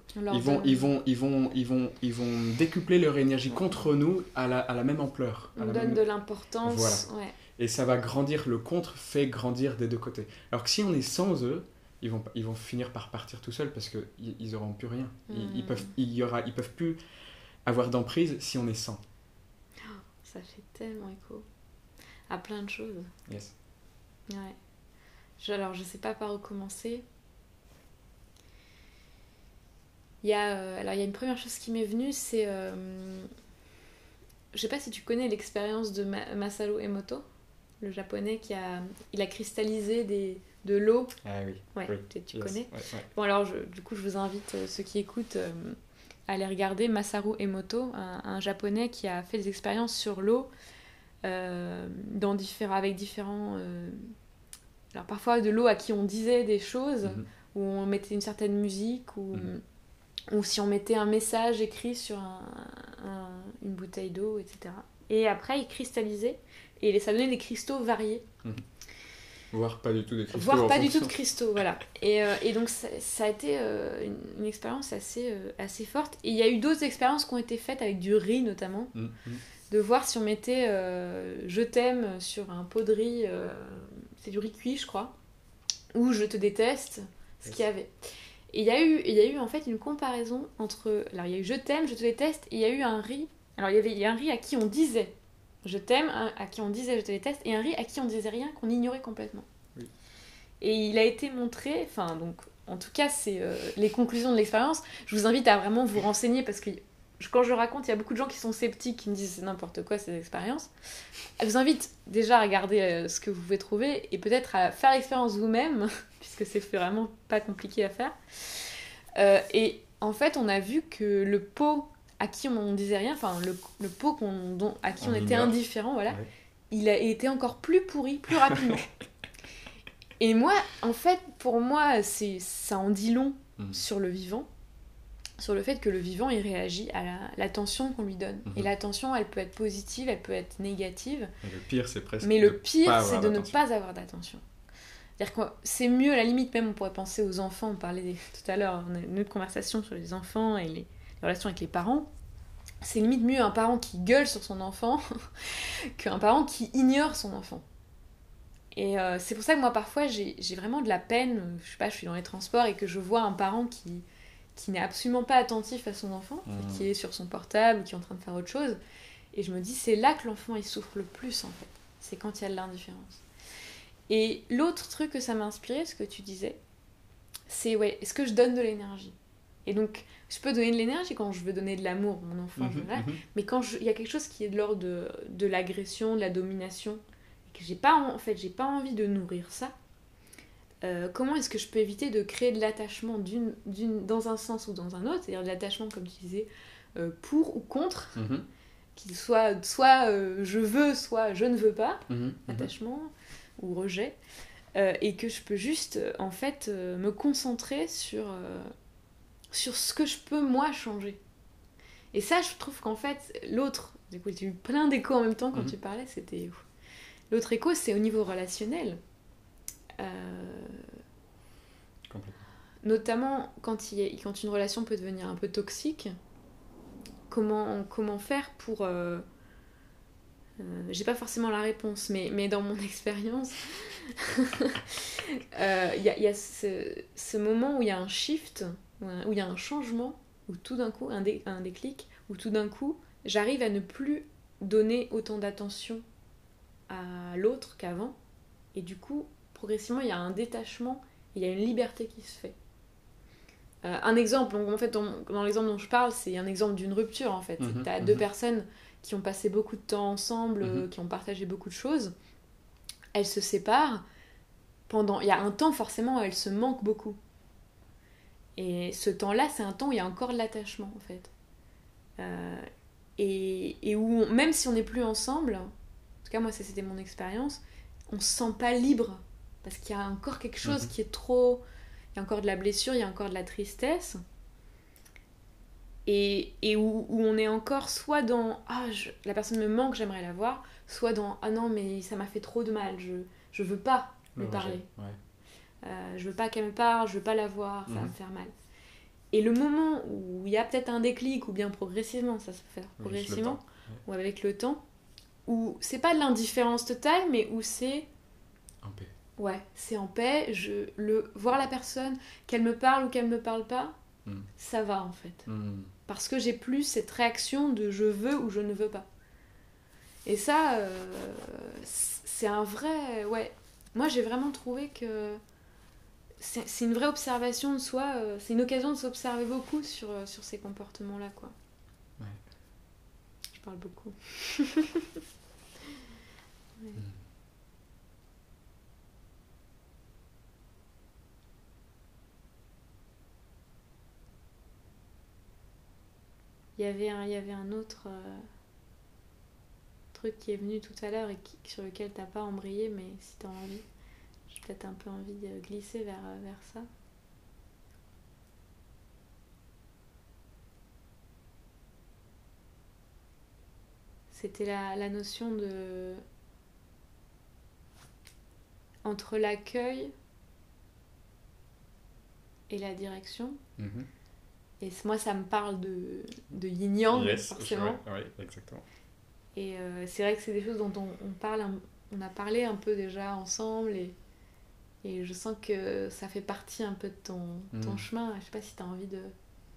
ils vont décupler leur énergie contre nous à la même ampleur. On donne de l'importance. Voilà. Ouais. Et ça va grandir, le contre fait grandir des deux côtés. Alors que si on est sans eux, ils vont finir par partir tout seuls parce qu'ils n'auront plus rien. Ils peuvent plus avoir d'emprise si on est sans. Oh, ça fait tellement écho à plein de choses. Yes. Ouais. Alors, je sais pas par où commencer. Il y a une première chose qui m'est venue, c'est... je sais pas si tu connais l'expérience de Masaru Emoto, le japonais il a cristallisé de l'eau. Ah oui. Ouais, oui. tu connais. Ouais. Bon alors, du coup, je vous invite, ceux qui écoutent, à aller regarder Masaru Emoto, un japonais qui a fait des expériences sur l'eau avec différents... alors parfois de l'eau à qui on disait des choses, où on mettait une certaine musique, ou si on mettait un message écrit sur une bouteille d'eau, etc. Et après, il cristallisait, et ça donnait des cristaux variés. Voire pas du tout de cristaux. Voire pas du tout de cristaux, voilà. Et donc, ça a été une expérience assez forte. Et il y a eu d'autres expériences qui ont été faites avec du riz, notamment. De voir si on mettait je t'aime sur un pot de riz, c'est du riz cuit, je crois, ou je te déteste, ce qu'il y avait. Et il y a eu en fait une comparaison entre... Alors, il y a eu je t'aime, je te déteste, et il y a eu un riz... Alors, il y a un riz à qui on disait je t'aime, à qui on disait je te déteste, et un riz à qui on disait rien, qu'on ignorait complètement. Oui. Et il a été montré... Enfin, donc, en tout cas, c'est les conclusions de l'expérience. Je vous invite à vraiment vous renseigner, parce que quand je raconte, il y a beaucoup de gens qui sont sceptiques, qui me disent c'est n'importe quoi ces expériences. Je vous invite déjà à regarder ce que vous pouvez trouver, et peut-être à faire l'expérience vous-même, puisque c'est vraiment pas compliqué à faire. Et en fait, on a vu que le pot à qui on disait rien, enfin le pot à qui on était indifférent, voilà, ouais. Il a été encore plus pourri, plus rapidement. Et moi, en fait, pour moi, ça en dit long sur le vivant, sur le fait que le vivant, il réagit à l'attention qu'on lui donne. Et l'attention, elle peut être positive, elle peut être négative. Et le pire, c'est presque... Mais le pire, c'est de ne pas avoir d'attention. C'est-à-dire que c'est mieux, à la limite, même on pourrait penser aux enfants. On parlait tout à l'heure, on a une autre conversation sur les enfants et les relations avec les parents. C'est limite mieux un parent qui gueule sur son enfant qu'un parent qui ignore son enfant. Et c'est pour ça que moi, parfois, j'ai vraiment de la peine. Je sais pas, je suis dans les transports et que je vois un parent qui n'est absolument pas attentif à son enfant, qui est sur son portable ou qui est en train de faire autre chose. Et je me dis, c'est là que l'enfant, il souffre le plus, en fait. C'est quand il y a de l'indifférence. Et l'autre truc que ça m'a inspiré, ce que tu disais, c'est, est-ce que je donne de l'énergie ? Et donc, je peux donner de l'énergie quand je veux donner de l'amour à mon enfant, mais quand il y a quelque chose qui est de l'ordre de l'agression, de la domination, et que j'ai pas envie de nourrir ça, comment est-ce que je peux éviter de créer de l'attachement dans un sens ou dans un autre, c'est-à-dire de l'attachement, comme tu disais, pour ou contre, qu'il soit je veux, soit je ne veux pas, attachement ou rejet, et que je peux juste en fait me concentrer sur ce que je peux moi changer. Et ça, je trouve qu'en fait l'autre, du coup j'ai eu plein d'échos en même temps quand tu parlais, c'était ouf. L'autre écho, c'est au niveau relationnel, notamment quand une relation peut devenir un peu toxique. Comment faire pour j'ai pas forcément la réponse, mais dans mon expérience, il y a ce moment où il y a un shift, où il y a un changement, où tout d'un coup, un déclic, où tout d'un coup, j'arrive à ne plus donner autant d'attention à l'autre qu'avant, et du coup, progressivement, il y a un détachement, il y a une liberté qui se fait. Un exemple, donc en fait, dans l'exemple dont je parle, c'est un exemple d'une rupture, en fait. Tu as deux personnes qui ont passé beaucoup de temps ensemble, qui ont partagé beaucoup de choses. Elles se séparent. Il y a un temps, forcément, elles se manquent beaucoup. Et ce temps-là, c'est un temps où il y a encore de l'attachement, en fait. Et où, même si on n'est plus ensemble, en tout cas, moi, c'était mon expérience, on se sent pas libre. Parce qu'il y a encore quelque chose qui est trop... il y a encore de la blessure, il y a encore de la tristesse. Et où on est encore soit dans la personne me manque, j'aimerais la voir, soit dans non, mais ça m'a fait trop de mal, je veux pas lui parler. Je veux pas qu'elle me parle, je veux pas la voir, ça va me faire mal. Et le moment où il y a peut-être un déclic, ou bien progressivement, ça se peut faire progressivement, ou avec le temps, où c'est pas de l'indifférence totale, mais où c'est en paix. Ouais, c'est en paix. Voir la personne, qu'elle me parle ou qu'elle me parle pas, ça va en fait. Parce que j'ai plus cette réaction de je veux ou je ne veux pas. Et ça, c'est un vrai... Ouais. Moi, j'ai vraiment trouvé que c'est une vraie observation de soi. C'est une occasion de s'observer beaucoup sur ces comportements-là, quoi. Ouais. Je parle beaucoup. Ouais. Il y avait un autre truc qui est venu tout à l'heure et sur lequel t'as pas embrayé, mais si t'as envie, j'ai peut-être un peu envie de glisser vers ça. C'était la notion de... entre l'accueil et la direction. Et moi, ça me parle de yin-yang, forcément. Oui, exactement. Et c'est vrai que c'est des choses dont on a parlé un peu déjà ensemble, et je sens que ça fait partie un peu de ton chemin. Je sais pas si tu as envie de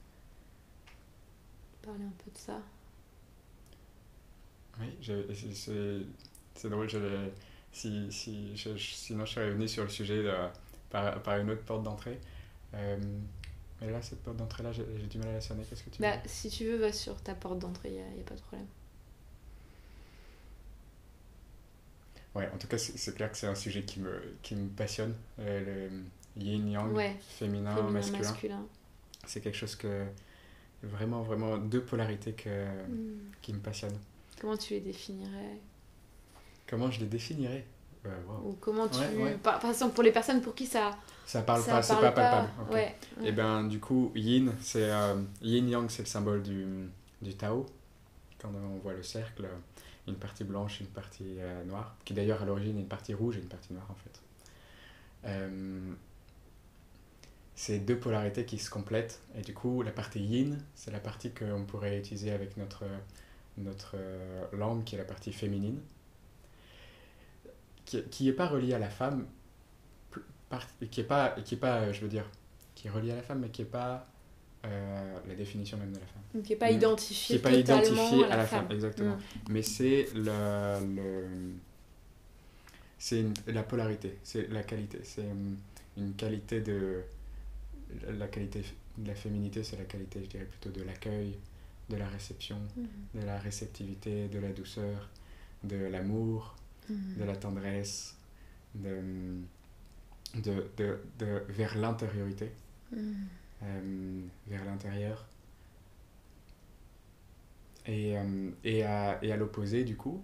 parler un peu de ça. Oui, c'est drôle. Sinon, je serais venu sur le sujet par une autre porte d'entrée. Mais là, cette porte d'entrée-là, j'ai du mal à la cerner. Qu'est-ce que tu veux dire ? Si tu veux, va sur ta porte d'entrée, il n'y a pas de problème. Ouais, en tout cas, c'est clair que c'est un sujet qui me passionne. Le yin-yang, féminin, masculin. C'est quelque chose que... Vraiment, vraiment, deux polarités qui me passionnent. Comment tu les définirais ? Comment je les définirais ? Ou comment tu... Par exemple, pour les personnes pour qui ça parle pas, c'est pas palpable. Okay. Ouais. Et ben du coup, yin, c'est yin-yang, c'est le symbole du Tao. Quand on voit le cercle, une partie blanche, une partie noire, qui d'ailleurs à l'origine est une partie rouge et une partie noire en fait. C'est deux polarités qui se complètent, et du coup la partie yin, c'est la partie qu'on pourrait utiliser avec notre langue, qui est la partie féminine, qui est pas reliée à la femme, qui est pas, je veux dire, qui est reliée à la femme, mais qui est pas la définition même de la femme. Qui est pas identifiée à la femme. Exactement. Mais c'est la polarité, c'est la qualité, c'est une qualité de la qualité de la féminité, c'est la qualité, je dirais plutôt, de l'accueil, de la réception, de la réceptivité, de la douceur, de l'amour, de la tendresse, vers l'intériorité, vers l'intérieur. Et à l'opposé, du coup,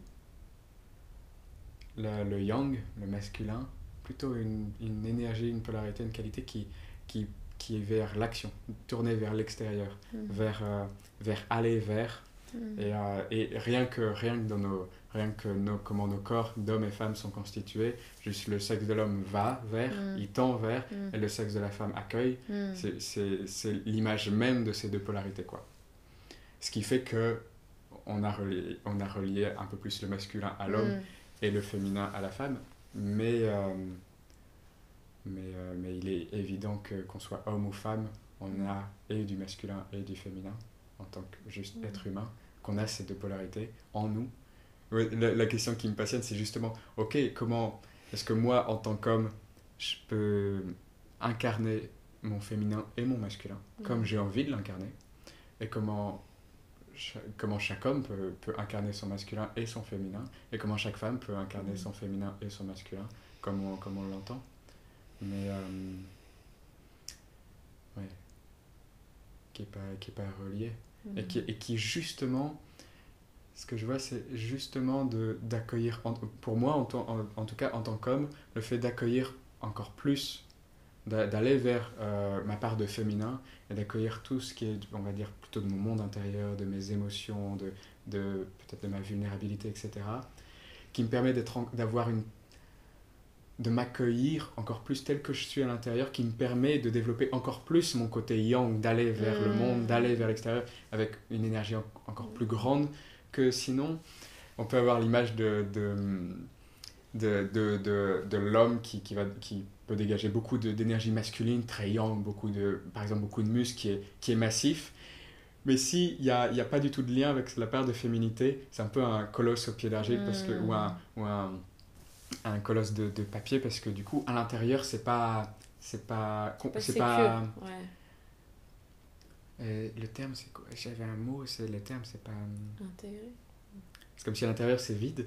le yang, le masculin, plutôt une énergie, une polarité, une qualité qui est vers l'action, tournée vers l'extérieur, vers aller vers, et rien que comment nos corps d'hommes et femmes sont constitués, juste le sexe de l'homme va vers, il tend vers, et le sexe de la femme accueille. C'est l'image même de ces deux polarités, quoi. Ce qui fait que on a relié un peu plus le masculin à l'homme et le féminin à la femme, mais il est évident qu'on soit homme ou femme, on a et du masculin et du féminin en tant que juste être humain, qu'on a ces deux polarités en nous. Ouais, la question qui me passionne, c'est justement, ok, comment est-ce que moi, en tant qu'homme, je peux incarner mon féminin et mon masculin comme j'ai envie de l'incarner, et comment chaque homme peut incarner son masculin et son féminin, et comment chaque femme peut incarner son féminin et son masculin comme on l'entend. Mais ouais, qui est pas relié, et qui justement, ce que je vois, c'est justement d'accueillir, pour moi en tout cas en tant qu'homme, le fait d'accueillir encore plus d'aller vers ma part de féminin et d'accueillir tout ce qui est, on va dire, plutôt de mon monde intérieur, de mes émotions, peut-être de ma vulnérabilité, etc., qui me permet de m'accueillir encore plus tel que je suis à l'intérieur, qui me permet de développer encore plus mon côté yang, d'aller vers le monde, d'aller vers l'extérieur avec une énergie encore plus grande que sinon. On peut avoir l'image de l'homme qui peut dégager beaucoup d'énergie masculine, très yang, par exemple beaucoup de muscles, qui est massif. Mais s'il n'y a pas du tout de lien avec la part de féminité, c'est un peu un colosse au pied d'argile ou un colosse de papier, parce que du coup, à l'intérieur, c'est pas le terme, c'est quoi? J'avais un mot, le terme, c'est pas... Intégré. C'est comme si à l'intérieur, c'est vide.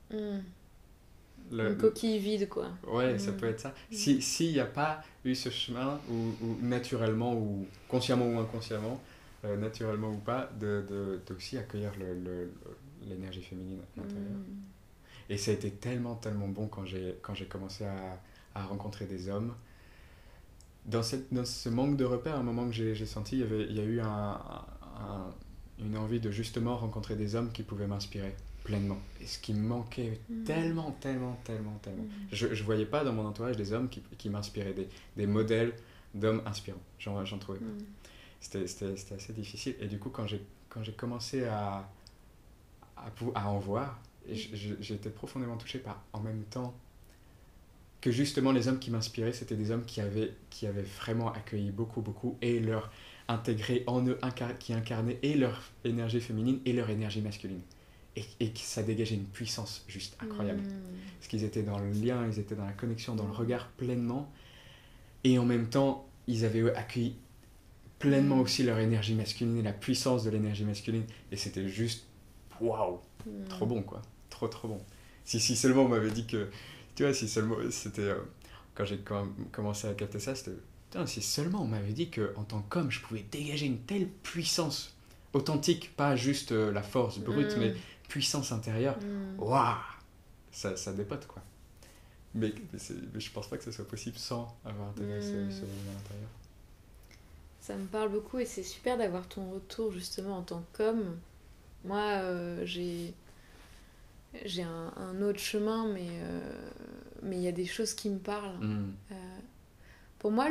Une coquille vide, quoi. Ouais, ça peut être ça. S'il n'y a pas eu ce chemin, ou naturellement, ou consciemment ou inconsciemment, naturellement ou pas, d'aussi accueillir l'énergie féminine à l'intérieur. Et ça a été tellement, tellement bon quand j'ai commencé à rencontrer des hommes. Dans ce manque de repères, à un moment que j'ai senti, il y a eu une envie de justement rencontrer des hommes qui pouvaient m'inspirer pleinement. Et ce qui me manquait tellement. Je ne voyais pas dans mon entourage des hommes qui m'inspiraient, des modèles d'hommes inspirants. J'en trouvais pas. C'était assez difficile. Et du coup, quand j'ai commencé à en voir, j'ai été profondément touché par, en même temps, que justement les hommes qui m'inspiraient, c'était des hommes qui avaient vraiment accueilli beaucoup et leur intégré en eux, qui incarnaient et leur énergie féminine et leur énergie masculine. Et que ça dégageait une puissance juste incroyable. Parce qu'ils étaient dans le lien, ils étaient dans la connexion, dans le regard pleinement. Et en même temps, ils avaient accueilli pleinement aussi leur énergie masculine et la puissance de l'énergie masculine. Et c'était juste, waouh, trop bon, quoi. Trop bon. Si seulement on m'avait dit que... Tu vois, si seulement... C'était... quand j'ai commencé à capter ça, c'était... Putain, si seulement on m'avait dit qu'en tant qu'homme, je pouvais dégager une telle puissance authentique, pas juste la force brute, mais puissance intérieure, waouh, ça dépote, quoi. Mais je pense pas que ce soit possible sans avoir intégré ce monde à l'intérieur. Ça me parle beaucoup et c'est super d'avoir ton retour justement en tant qu'homme. Moi, j'ai un autre chemin, mais il y a des choses qui me parlent. Pour moi,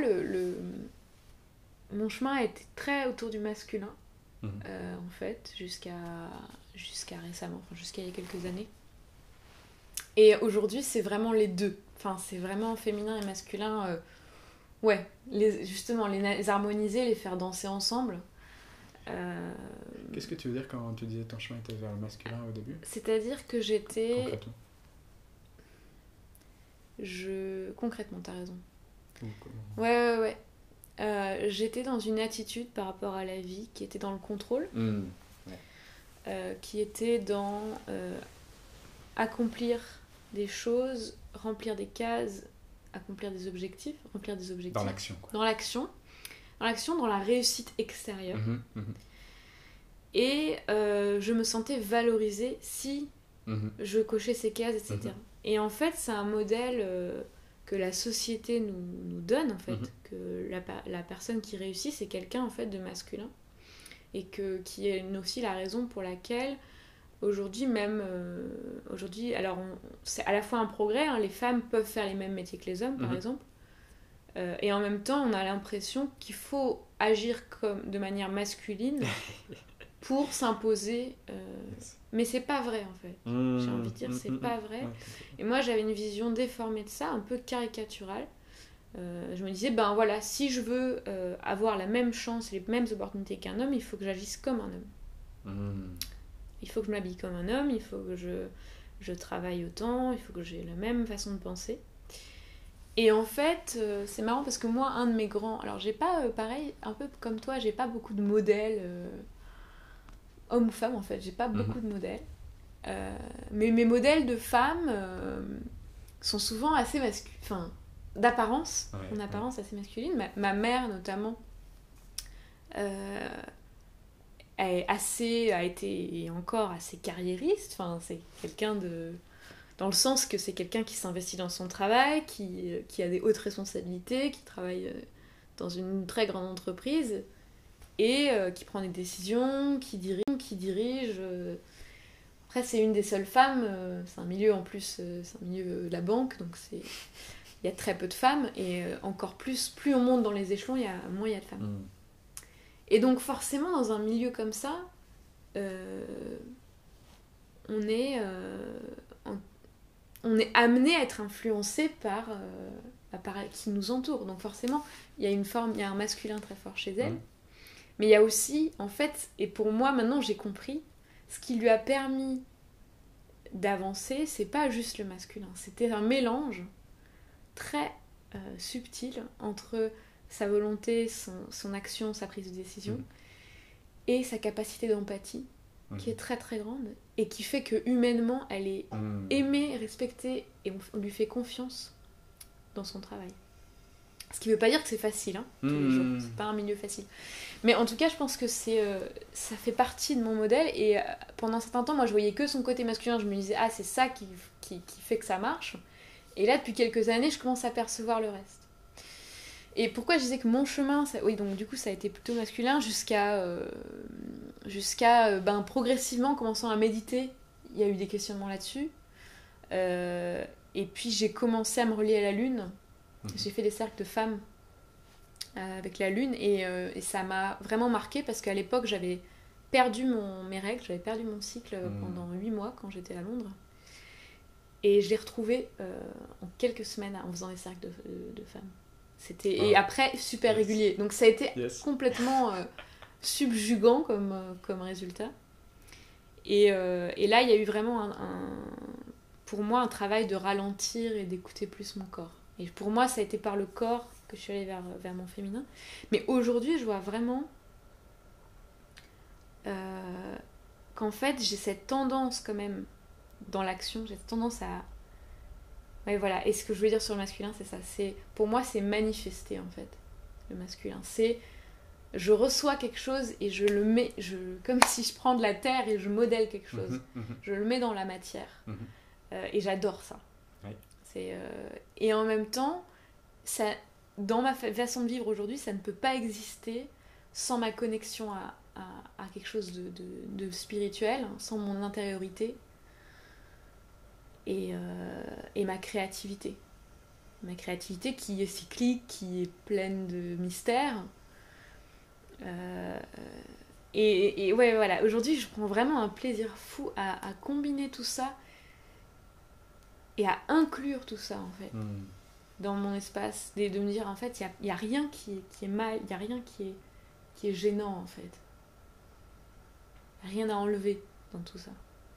mon chemin a été très autour du masculin, en fait, jusqu'à récemment, jusqu'à il y a quelques années. Et aujourd'hui, c'est vraiment les deux. Enfin, c'est vraiment féminin et masculin. Justement, les harmoniser, les faire danser ensemble. Qu'est-ce que tu veux dire quand tu disais ton chemin était vers le masculin au début ? C'est-à-dire que j'étais... Concrètement. Concrètement, t'as raison. Ouais. J'étais dans une attitude par rapport à la vie qui était dans le contrôle, qui était dans accomplir des choses, remplir des cases, accomplir des objectifs, remplir des objectifs. Dans l'action, quoi. Dans l'action, dans la réussite extérieure. Et je me sentais valorisée si je cochais ces cases, etc. Et en fait, c'est un modèle que la société nous donne, en fait, que la personne qui réussit, c'est quelqu'un, en fait, de masculin. Et qui est aussi la raison pour laquelle, aujourd'hui, alors c'est à la fois un progrès, hein, les femmes peuvent faire les mêmes métiers que les hommes, par exemple. Et en même temps, on a l'impression qu'il faut agir de manière masculine pour s'imposer. Mais c'est pas vrai, en fait. J'ai envie de dire, c'est pas vrai. Et moi, j'avais une vision déformée de ça, un peu caricaturale. Je me disais, ben voilà, si je veux avoir la même chance, les mêmes opportunités qu'un homme, il faut que j'agisse comme un homme. Il faut que je m'habille comme un homme, il faut que je travaille autant, il faut que j'ai la même façon de penser. Et en fait, c'est marrant parce que moi, un de mes grands... Alors, j'ai pas, pareil, un peu comme toi, j'ai pas beaucoup de modèles, hommes ou femmes en fait, j'ai pas beaucoup de modèles. Mais mes modèles de femmes sont souvent assez masculins, enfin, d'apparence, en apparence assez masculine. Ma mère, notamment, a été et encore assez carriériste, enfin, c'est quelqu'un dans le sens que c'est quelqu'un qui s'investit dans son travail, qui a des hautes responsabilités, qui travaille dans une très grande entreprise et qui prend des décisions, qui dirige. Après, c'est une des seules femmes, c'est un milieu en plus, c'est un milieu de la banque, donc il y a très peu de femmes, et encore plus on monte dans les échelons, moins il y a de femmes. Mm. Et donc forcément, dans un milieu comme ça, on est amené à être influencé par qui nous entoure. Donc forcément, il y a un masculin très fort chez elle, mais il y a aussi, en fait, et pour moi maintenant j'ai compris, ce qui lui a permis d'avancer, c'est pas juste le masculin, c'était un mélange très subtil entre sa volonté, son action, sa prise de décision, et sa capacité d'empathie, qui est très très grande, et qui fait que humainement, elle est aimée, respectée, et on lui fait confiance dans son travail. Ce qui veut pas dire que c'est facile, hein, tous les jours, c'est pas un milieu facile. Mais en tout cas, je pense que ça fait partie de mon modèle, et pendant un certain temps, moi je voyais que son côté masculin, je me disais, ah c'est ça qui fait que ça marche. Et là, depuis quelques années, je commence à percevoir le reste. Et pourquoi je disais que mon chemin, oui, donc du coup, ça a été plutôt masculin jusqu'à progressivement, commençant à méditer, il y a eu des questionnements là-dessus. Et puis, j'ai commencé à me relier à la Lune. J'ai fait des cercles de femmes avec la Lune, et ça m'a vraiment marquée parce qu'à l'époque, j'avais perdu mes règles, j'avais perdu mon cycle pendant 8 mois quand j'étais à Londres. Et je l'ai retrouvé en quelques semaines en faisant des cercles de femmes. Et après, super régulier. Donc ça a été complètement subjugant comme résultat. Et là, il y a eu vraiment pour moi un travail de ralentir et d'écouter plus mon corps. Et pour moi, ça a été par le corps que je suis allée vers mon féminin. Mais aujourd'hui, je vois vraiment qu'en fait, j'ai cette tendance quand même dans l'action, j'ai tendance à... Ouais, voilà. Et ce que je veux dire sur le masculin, c'est ça. Pour moi, c'est manifester, en fait, le masculin. C'est... Je reçois quelque chose et je le mets... comme si je prends de la terre et je modèle quelque chose. Je le mets dans la matière. Et j'adore ça. Ouais. Et en même temps, ça, dans ma façon de vivre aujourd'hui, ça ne peut pas exister sans ma connexion à quelque chose de spirituel, sans mon intériorité. Et ma créativité. Ma créativité qui est cyclique, qui est pleine de mystères. Et ouais, voilà. Aujourd'hui, je prends vraiment un plaisir fou à combiner tout ça et à inclure tout ça, en fait, dans mon espace. De me dire, en fait, il n'y a rien qui est mal, il n'y a rien qui est gênant, en fait. Rien à enlever dans tout ça.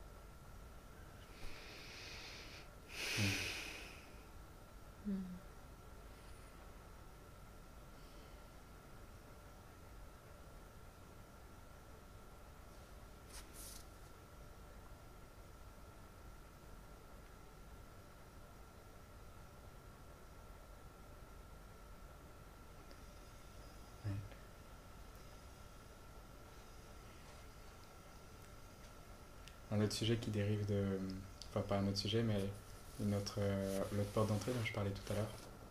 Un autre sujet qui dérive de... Enfin, pas un autre sujet, mais l'autre porte d'entrée dont je parlais tout à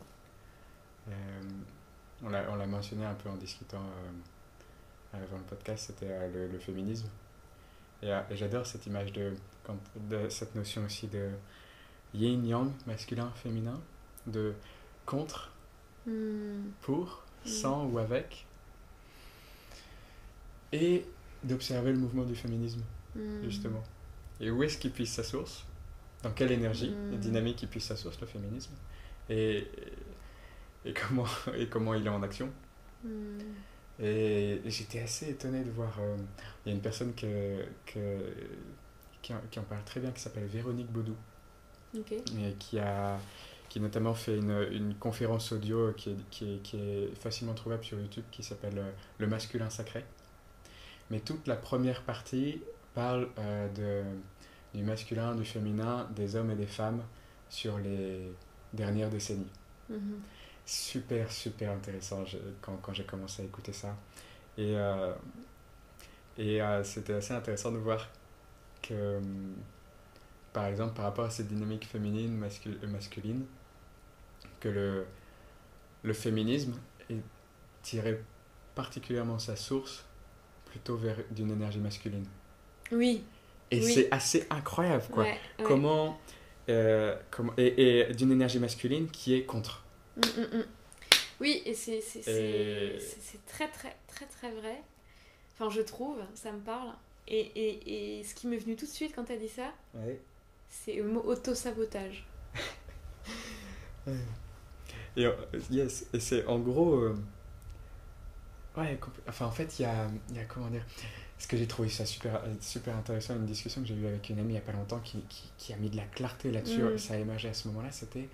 l'heure. On l'a mentionné un peu en discutant avant le podcast, c'était le féminisme. Et j'adore cette image de cette notion aussi de yin-yang, masculin, féminin, de contre, pour, sans ou avec, et d'observer le mouvement du féminisme, justement. Et où est-ce qu'il puise sa source? Dans quelle énergie et dynamique il puise sa source, le féminisme? Et comment il est en action? Et j'étais assez étonné de voir... Il y a une personne qui en parle très bien, qui s'appelle Véronique Baudou. Okay. Et qui notamment fait une conférence audio qui est facilement trouvable sur YouTube, qui s'appelle Le masculin sacré. Mais toute la première partie parle du masculin, du féminin, des hommes et des femmes sur les dernières décennies. Super, super intéressant quand j'ai commencé à écouter ça. Et c'était assez intéressant de voir que par exemple, par rapport à cette dynamique féminine, masculine, que le féminisme est tiré particulièrement sa source plutôt vers d'une énergie masculine. Oui. Et Oui. c'est assez incroyable, quoi. Ouais, ouais. Et d'une énergie masculine qui est contre. Oui, et c'est Et- très, très, très, très vrai. Enfin, je trouve, ça me parle. Et ce qui m'est venu tout de suite quand t'as dit ça, Ouais. c'est le mot auto-sabotage. Et, yes, et c'est en gros. Ouais, enfin en fait, il y a comment dire. Ce que j'ai trouvé ça super, super intéressant, une discussion que j'ai eue avec une amie il n'y a pas longtemps qui a mis de la clarté là-dessus, ça a émergé à ce moment-là, c'était.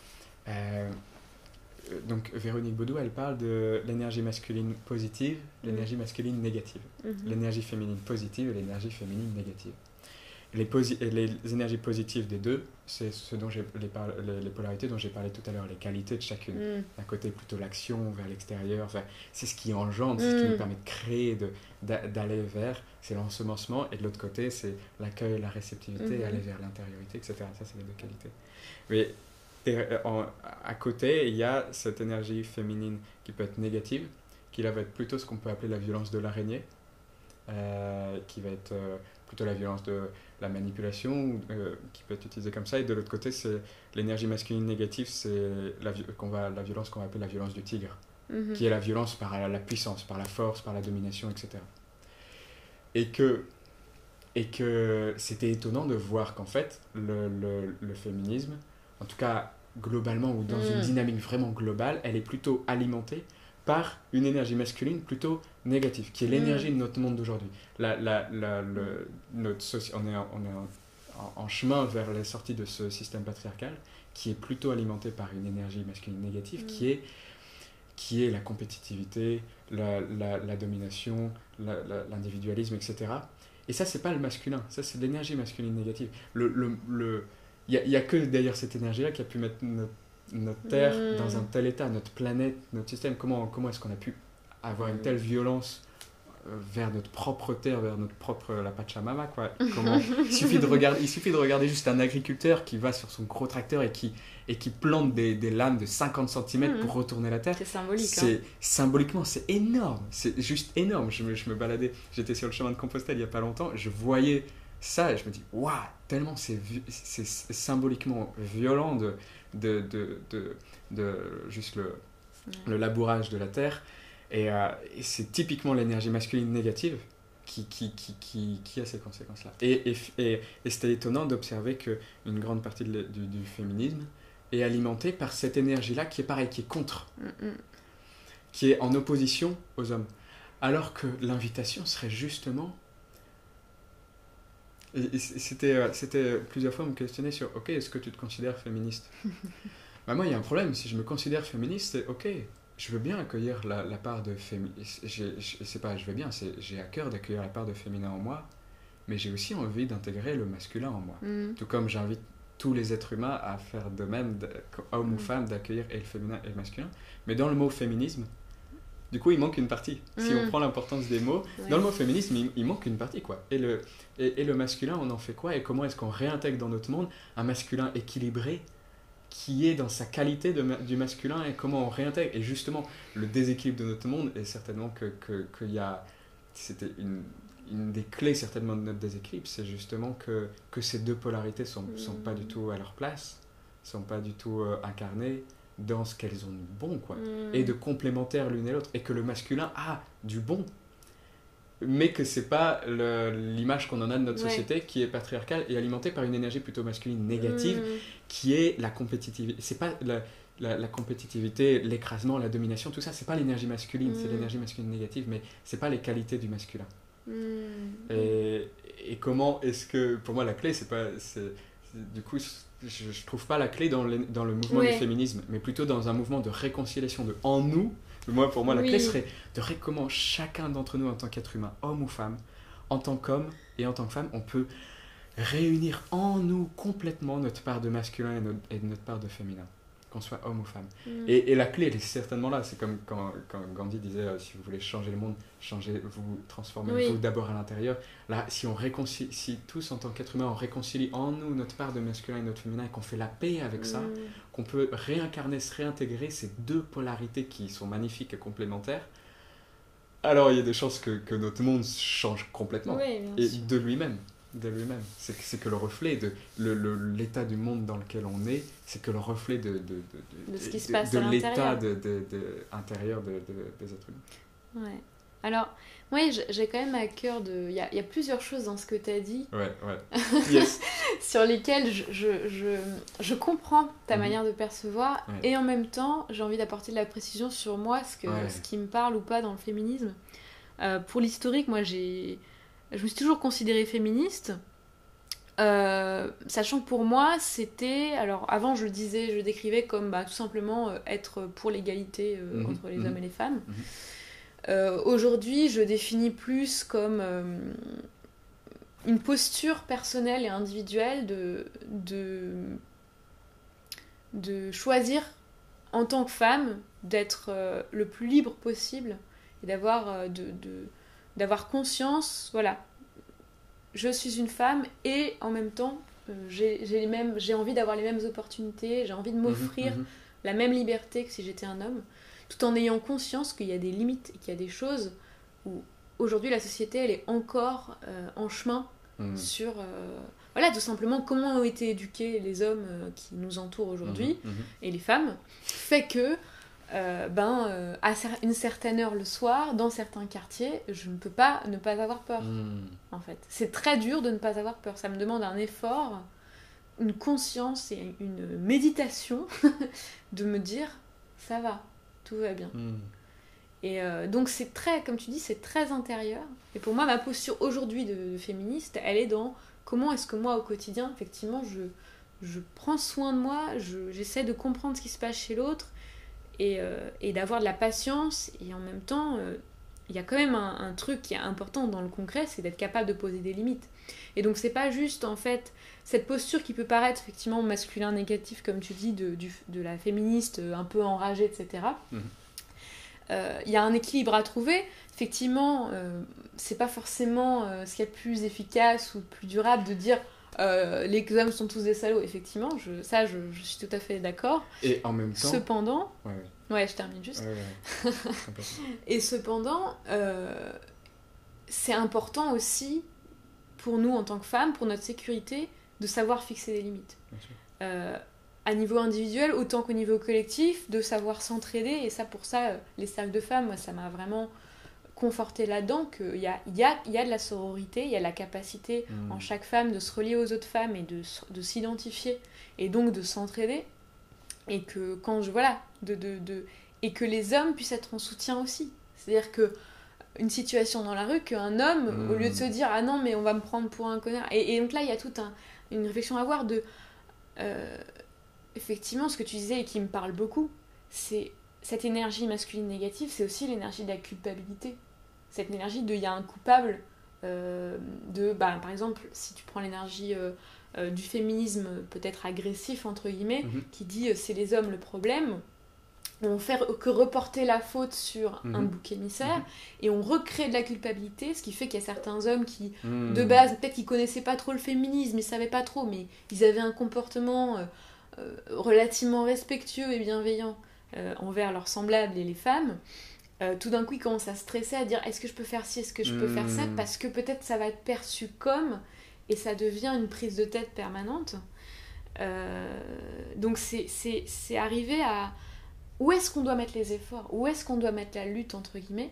Donc Véronique Baudou, elle parle de l'énergie masculine positive, l'énergie masculine négative. L'énergie féminine positive et l'énergie féminine négative. Les énergies positives des deux, c'est ce dont les polarités dont j'ai parlé tout à l'heure, les qualités de chacune. D'un côté, plutôt l'action vers l'extérieur, enfin, c'est ce qui engendre, c'est ce qui nous permet de créer, d'aller vers, c'est l'ensemencement, et de l'autre côté, c'est l'accueil, la réceptivité, aller vers l'intériorité, etc. Ça, c'est les deux qualités. Mais à côté, il y a cette énergie féminine qui peut être négative, qui là va être plutôt ce qu'on peut appeler la violence de l'araignée, qui va être plutôt la violence de la manipulation, qui peut être utilisée comme ça. Et de l'autre côté, c'est l'énergie masculine négative, c'est la violence qu'on va appeler la violence du tigre, qui est la violence par la puissance, par la force, par la domination, etc. Et que c'était étonnant de voir qu'en fait, le féminisme, en tout cas globalement ou dans une dynamique vraiment globale, elle est plutôt alimentée par une énergie masculine plutôt négative, qui est l'énergie de notre monde d'aujourd'hui. On est en chemin vers la sortie de ce système patriarcal, qui est plutôt alimenté par une énergie masculine négative, qui est la compétitivité, la domination, l'individualisme, etc. Et ça, c'est pas le masculin, ça, c'est l'énergie masculine négative. Il y a que d'ailleurs cette énergie-là qui a pu mettre notre Terre dans un tel état, notre planète, notre système. Comment est-ce qu'on a pu avoir une telle violence vers notre propre terre, vers notre propre la Pachamama, quoi. Il suffit de regarder juste un agriculteur qui va sur son gros tracteur et qui plante des lames de 50 cm pour retourner la terre. C'est symbolique. Symboliquement, c'est énorme. C'est juste énorme. Je me baladais, j'étais sur le chemin de Compostelle il n'y a pas longtemps, je voyais ça et je me dis, waouh, tellement c'est symboliquement violent de juste le labourage de la terre. Et c'est typiquement l'énergie masculine négative qui a ces conséquences-là. Et c'était étonnant d'observer qu'une grande partie du féminisme est alimentée par cette énergie-là qui est pareil, qui est contre, qui est en opposition aux hommes. Alors que l'invitation serait justement... C'était plusieurs fois me questionner sur, ok, est-ce que tu te considères féministe? Moi, il y a un problème. Si je me considère féministe, c'est ok. Je veux bien accueillir la part de féminin. Je veux bien, j'ai à cœur d'accueillir la part de féminin en moi, mais j'ai aussi envie d'intégrer le masculin en moi. Tout comme j'invite tous les êtres humains à faire de même, hommes ou femmes, d'accueillir et le féminin et le masculin. Mais dans le mot féminisme, du coup, il manque une partie. Si on prend l'importance des mots, dans le mot féminisme, il manque une partie, quoi. Et le masculin, on en fait quoi? Et comment est-ce qu'on réintègre dans notre monde un masculin équilibré qui est dans sa qualité du masculin, et comment on réintègre? Et justement, le déséquilibre de notre monde est certainement qu'il y a... C'était une des clés certainement de notre déséquilibre, c'est justement que ces deux polarités sont pas du tout à leur place, sont pas du tout incarnées dans ce qu'elles ont de bon, quoi, et de complémentaires l'une et l'autre, et que le masculin a du bon, mais que c'est pas l'image qu'on en a de notre société qui est patriarcale et alimentée par une énergie plutôt masculine négative qui est la compétitivité. C'est pas la compétitivité, l'écrasement, la domination, tout ça, c'est pas l'énergie masculine, c'est l'énergie masculine négative, mais c'est pas les qualités du masculin. Et comment est-ce que, pour moi, la clé, du coup, je trouve pas la clé dans le mouvement du féminisme, mais plutôt dans un mouvement de réconciliation en nous. Pour moi, la clé serait de comment chacun d'entre nous, en tant qu'être humain, homme ou femme, en tant qu'homme et en tant que femme, on peut réunir en nous complètement notre part de masculin et notre part de féminin. qu'on soit homme ou femme. Et la clé, elle est certainement là. C'est comme quand Gandhi disait, si vous voulez changer le monde, changez-vous, transformez-vous d'abord à l'intérieur. Là, si tous, en tant qu'être humain, on réconcilie en nous notre part de masculin et notre féminin, et qu'on fait la paix avec ça, qu'on peut réincarner, se réintégrer ces deux polarités qui sont magnifiques et complémentaires, alors il y a des chances que notre monde change complètement. Et de lui-même. C'est que le reflet de l'état du monde dans lequel on est, c'est que le reflet de ce qui se passe à l'état intérieur des êtres humains. Ouais. Alors, moi, j'ai quand même à cœur il y a plusieurs choses dans ce que tu as dit. Ouais. Yes. Sur lesquelles je comprends ta manière de percevoir, et en même temps, j'ai envie d'apporter de la précision sur moi, ce qui me parle ou pas dans le féminisme. Pour l'historique, moi, je me suis toujours considérée féministe, sachant que pour moi, c'était... Alors, avant, je décrivais comme tout simplement être pour l'égalité entre les hommes et les femmes. Aujourd'hui, je définis plus comme une posture personnelle et individuelle de choisir en tant que femme d'être le plus libre possible et d'avoir conscience, voilà, je suis une femme et en même temps j'ai envie d'avoir les mêmes opportunités, j'ai envie de m'offrir la même liberté que si j'étais un homme, tout en ayant conscience qu'il y a des limites et qu'il y a des choses où aujourd'hui la société elle est encore en chemin sur voilà, tout simplement comment ont été éduqués les hommes qui nous entourent aujourd'hui et les femmes, fait que à une certaine heure le soir, dans certains quartiers, je ne peux pas ne pas avoir peur. En fait, c'est très dur de ne pas avoir peur. Ça me demande un effort, une conscience et une méditation de me dire ça va, tout va bien. Et donc c'est très, comme tu dis, c'est très intérieur. Et pour moi, ma posture aujourd'hui de féministe, elle est dans comment est-ce que moi au quotidien, effectivement, je prends soin de moi, j'essaie de comprendre ce qui se passe chez l'autre. Et d'avoir de la patience, et en même temps il y a quand même un truc qui est important dans le concret, c'est d'être capable de poser des limites. Et donc c'est pas juste en fait cette posture qui peut paraître effectivement masculin négatif comme tu dis de la féministe un peu enragée, etc. Il y a un équilibre à trouver. Effectivement c'est pas forcément ce qui est le plus efficace ou le plus durable de dire les hommes sont tous des salauds. Effectivement, je suis tout à fait d'accord. Et en même temps... Cependant... Ouais, je termine juste. Et cependant, c'est important aussi pour nous en tant que femmes, pour notre sécurité, de savoir fixer des limites. À niveau individuel, autant qu'au niveau collectif, de savoir s'entraider. Et ça, pour ça, les cercles de femmes, moi, ça m'a vraiment... conforter là-dedans qu'il y a de la sororité, il y a la capacité en chaque femme de se relier aux autres femmes et de s'identifier et donc de s'entraider, et que quand et que les hommes puissent être en soutien aussi. C'est-à-dire que une situation dans la rue, qu'un homme, au lieu de se dire ah non mais on va me prendre pour un connard, et donc là il y a toute une réflexion à avoir de effectivement ce que tu disais et qui me parle beaucoup, c'est cette énergie masculine négative, c'est aussi l'énergie de la culpabilité. Cette énergie il y a un coupable par exemple, si tu prends l'énergie du féminisme peut-être agressif entre guillemets, qui dit c'est les hommes le problème, on fait que reporter la faute sur un bouc émissaire, et on recrée de la culpabilité, ce qui fait qu'il y a certains hommes qui de base peut-être qu'ils connaissaient pas trop le féminisme, ils savaient pas trop, mais ils avaient un comportement relativement respectueux et bienveillant envers leurs semblables et les femmes. Tout d'un coup ils commencent à stresser, à dire est-ce que je peux faire ci, est-ce que je peux faire ça, parce que peut-être ça va être perçu comme, et ça devient une prise de tête permanente. Donc c'est arriver à où est-ce qu'on doit mettre les efforts, où est-ce qu'on doit mettre la lutte entre guillemets.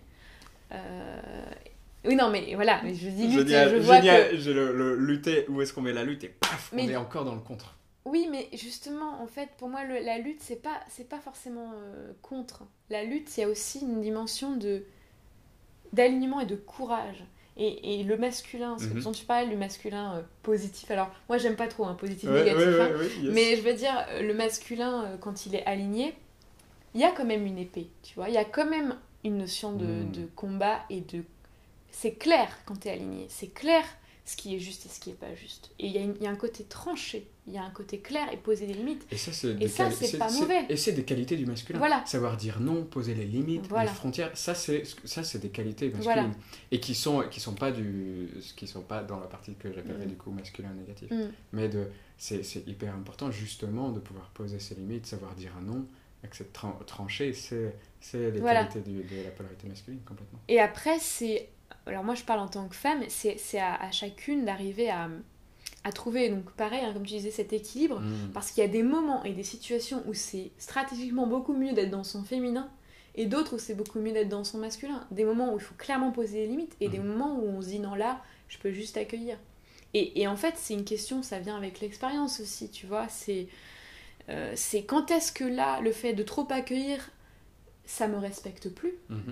Oui non mais voilà, je dis lutte, le lutter, où est-ce qu'on met la lutte, et paf, on est encore dans le contre. Oui, mais justement, en fait, pour moi, la lutte, c'est pas forcément contre. La lutte, il y a aussi une dimension d'alignement et de courage. Et le masculin, ce dont tu parles, le masculin positif. Alors, moi, j'aime pas trop positif, négatif. Yes. Mais je veux dire, le masculin, quand il est aligné, il y a quand même une épée, tu vois. Il y a quand même une notion de combat et de... C'est clair quand t'es aligné. C'est clair ce qui est juste et ce qui n'est pas juste. Et il y a un côté tranché, il y a un côté clair et poser des limites. Et ça, c'est pas mauvais. Et c'est des qualités du masculin. Voilà. Savoir dire non, poser les limites, Voilà. les frontières, ça c'est des qualités masculines. Voilà. Et qui sont pas dans la partie que j'appellerais du coup masculin négatif. Mais c'est hyper important justement de pouvoir poser ses limites, savoir dire non, avec cette tranchée, c'est les qualités de la polarité masculine complètement. Et après, alors moi je parle en tant que femme, c'est à chacune d'arriver à trouver, donc pareil, hein, comme tu disais, cet équilibre, parce qu'il y a des moments et des situations où c'est stratégiquement beaucoup mieux d'être dans son féminin, et d'autres où c'est beaucoup mieux d'être dans son masculin. Des moments où il faut clairement poser des limites, et des moments où on se dit non, là, je peux juste accueillir. Et en fait, c'est une question, ça vient avec l'expérience aussi, tu vois, c'est quand est-ce que là, le fait de trop accueillir, ça me respecte plus.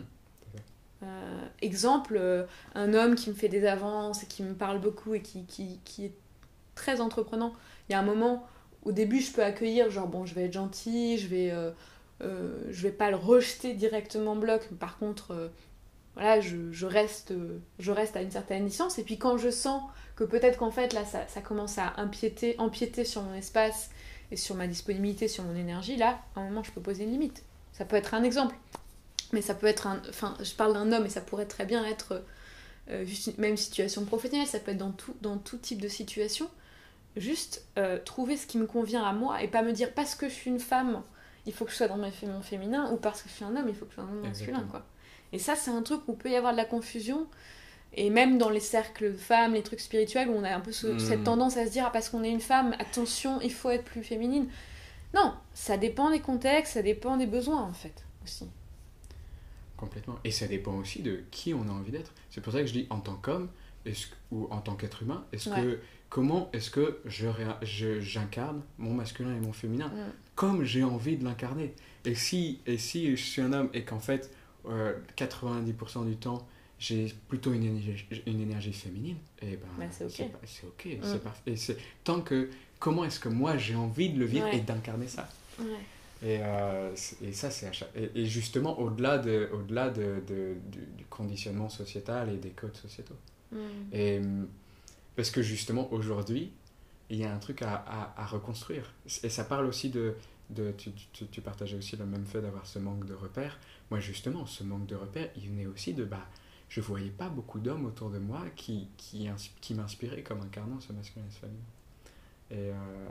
Exemple, un homme qui me fait des avances et qui me parle beaucoup et qui est très entreprenant. Il y a un moment, au début, je peux accueillir, genre bon, je vais être gentille, je vais pas le rejeter directement en bloc, mais par contre, voilà, je reste à une certaine distance. Et puis quand je sens que peut-être qu'en fait, là, ça commence à empiéter sur mon espace et sur ma disponibilité, sur mon énergie, là, à un moment, je peux poser une limite. Ça peut être un exemple. Mais ça peut être enfin, je parle d'un homme et ça pourrait très bien être juste une même situation professionnelle, ça peut être dans tout type de situation. Juste trouver ce qui me convient à moi et pas me dire parce que je suis une femme, il faut que je sois dans mon féminin, ou parce que je suis un homme, il faut que je sois dans mon masculin, quoi. Et ça, c'est un truc où il peut y avoir de la confusion. Et même dans les cercles de femmes, les trucs spirituels, où on a un peu cette tendance à se dire parce qu'on est une femme, attention, il faut être plus féminine. Non, ça dépend des contextes, ça dépend des besoins, en fait, aussi. Complètement. Et ça dépend aussi de qui on a envie d'être. C'est pour ça que je dis en tant qu'homme ou en tant qu'être humain, comment est-ce que j'incarne mon masculin et mon féminin comme j'ai envie de l'incarner. Et si je suis un homme et qu'en fait 90% du temps j'ai plutôt une énergie féminine, et ben c'est ok. C'est ok, c'est parfait. Et c'est tant que comment est-ce que moi j'ai envie de le vivre et d'incarner ça. Et ça, c'est et justement au-delà du conditionnement sociétal et des codes sociétaux. Et parce que justement aujourd'hui, il y a un truc à reconstruire. Et ça parle aussi tu partageais aussi le même fait d'avoir ce manque de repères. Moi justement, ce manque de repères, il venait aussi je voyais pas beaucoup d'hommes autour de moi qui m'inspiraient comme incarnant ce masculin et ce féminin.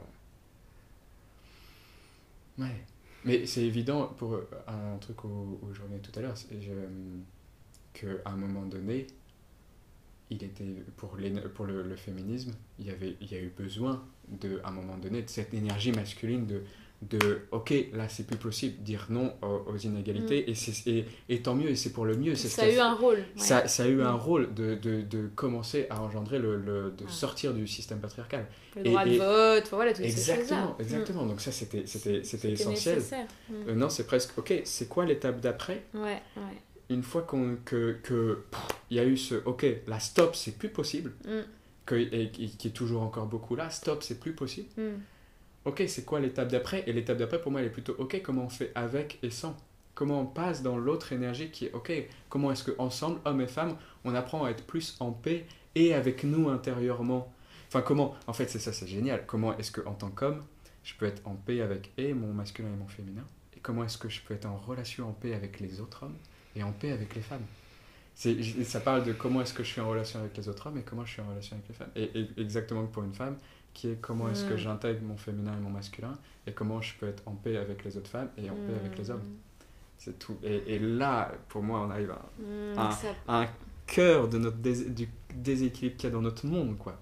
Et ouais. Mais c'est évident, pour un truc où je revenais tout à l'heure, qu'à un moment donné, il était pour le féminisme, il y a eu besoin, à un moment donné, de cette énergie masculine de ok, là c'est plus possible, dire non aux inégalités, et tant mieux, et c'est pour le mieux. Ça a eu un rôle. Ouais. Ça a eu un rôle de commencer à engendrer, sortir du système patriarcal. Le droit de vote, voilà, toutes ces choses-là. Exactement, donc ça c'était essentiel. Non, c'est presque, ok, c'est quoi l'étape d'après ? Ouais. Une fois il y a eu ce, ok, là stop, c'est plus possible, et qui est toujours encore beaucoup là, stop, c'est plus possible. Ok, c'est quoi l'étape d'après ? Et l'étape d'après, pour moi, elle est plutôt, ok, comment on fait avec et sans ? Comment on passe dans l'autre énergie qui est, ok, comment est-ce qu'ensemble, hommes et femmes, on apprend à être plus en paix et avec nous intérieurement ? Enfin, comment ? En fait, c'est ça, c'est génial. Comment est-ce qu'en tant qu'homme, je peux être en paix avec mon masculin et mon féminin ? Et comment est-ce que je peux être en relation en paix avec les autres hommes et en paix avec les femmes ? Ça parle de comment est-ce que je suis en relation avec les autres hommes et comment je suis en relation avec les femmes. Et exactement pour une femme, qui est comment est-ce que j'intègre mon féminin et mon masculin, et comment je peux être en paix avec les autres femmes et en paix avec les hommes. C'est tout. Et là, pour moi, on arrive à un cœur de du déséquilibre qu'il y a dans notre monde, quoi.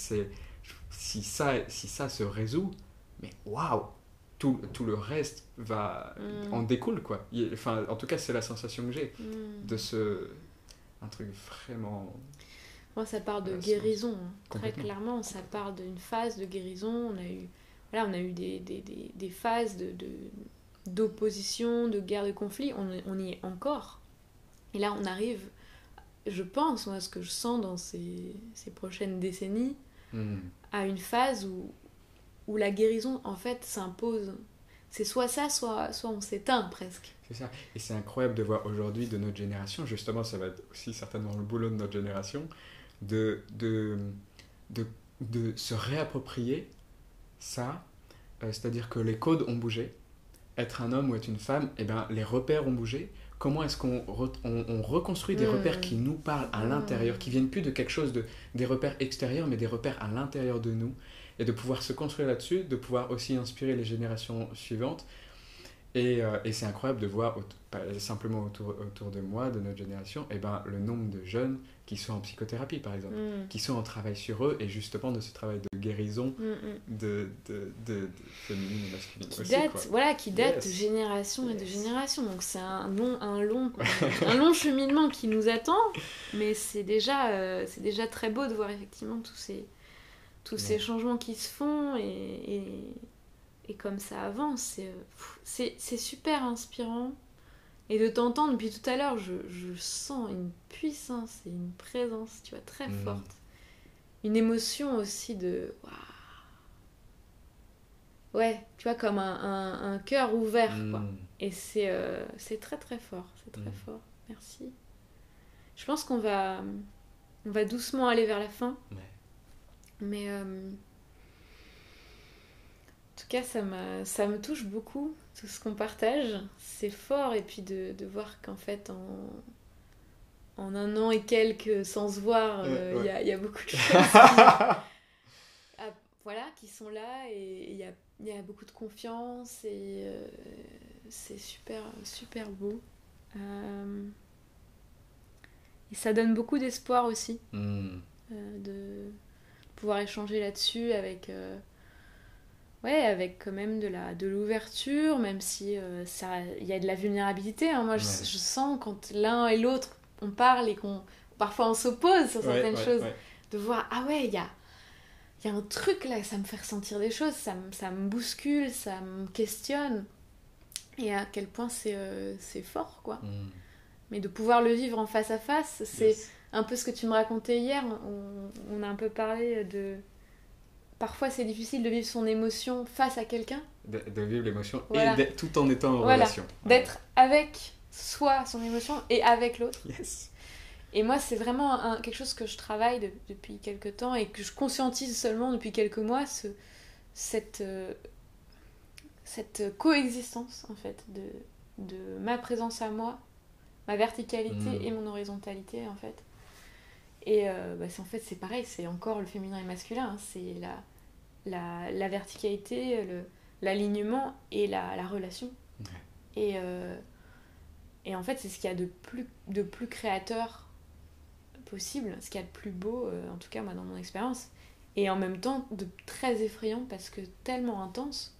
Si ça se résout, mais waouh, tout le reste en découle, quoi. Enfin, en tout cas, c'est la sensation que j'ai de un truc vraiment... Moi, ça parle de guérison, très clairement. Ça parle d'une phase de guérison. On a eu des phases d'opposition, de guerre, de conflit. On y est encore. Et là, on arrive, je pense, moi, ce que je sens dans ces prochaines décennies, à une phase où la guérison, en fait, s'impose. C'est soit ça, soit on s'éteint presque. C'est ça. Et c'est incroyable de voir aujourd'hui de notre génération, justement, ça va être aussi certainement le boulot de notre génération, de de, de se réapproprier ça, c'est-à-dire que les codes ont bougé, être un homme ou être une femme, eh ben, les repères ont bougé. Comment est-ce on reconstruit des repères qui nous parlent à l'intérieur, qui viennent plus de quelque chose, des repères extérieurs, mais des repères à l'intérieur de nous, et de pouvoir se construire là-dessus, de pouvoir aussi inspirer les générations suivantes. Et c'est incroyable de voir simplement autour de moi, de notre génération, et ben, le nombre de jeunes qui sont en psychothérapie, par exemple, qui sont en travail sur eux, et justement de ce travail de guérison de féminine et masculine qui aussi. Date, quoi. Voilà, qui date de génération et de génération. Donc c'est un long cheminement qui nous attend, mais c'est déjà très beau de voir effectivement tous ces changements qui se font et comme ça avance. C'est super inspirant. Et de t'entendre depuis tout à l'heure, je sens une puissance et une présence, tu vois, très forte. Une émotion aussi de... Waouh. Ouais, tu vois, comme un cœur ouvert, quoi. Et c'est très très fort, c'est très fort. Merci. Je pense qu'on va doucement aller vers la fin. Ouais. Mais... en tout cas, ça me touche beaucoup, tout ce qu'on partage. C'est fort, et puis de voir qu'en fait, en un an et quelques, sans se voir, il y a beaucoup de choses qui sont là, et il y a beaucoup de confiance, et c'est super, super beau. Et ça donne beaucoup d'espoir aussi, de pouvoir échanger là-dessus avec quand même de l'ouverture, même si il y a de la vulnérabilité. Hein. Moi, je sens quand l'un et l'autre, on parle et parfois on s'oppose sur certaines choses, de voir, ah ouais, il y a un truc là, ça me fait ressentir des choses, ça me bouscule, ça me questionne. Et à quel point c'est fort, quoi. Mais de pouvoir le vivre en face à face, c'est un peu ce que tu me racontais hier. On a un peu parlé de... Parfois, c'est difficile de vivre son émotion face à quelqu'un. De vivre l'émotion, et tout en étant en relation. D'être avec soi, son émotion, et avec l'autre. Yes. Et moi, c'est vraiment quelque chose que je travaille depuis quelques temps, et que je conscientise seulement depuis quelques mois, cette coexistence, en fait, de ma présence à moi, ma verticalité et mon horizontalité, en fait. Et c'est pareil, c'est encore le féminin et le masculin, hein. C'est la verticalité, l'alignement et la relation. Et en fait, c'est ce qu'il y a de plus créateur possible, ce qu'il y a de plus beau, en tout cas moi dans mon expérience, et en même temps de très effrayant parce que tellement intense.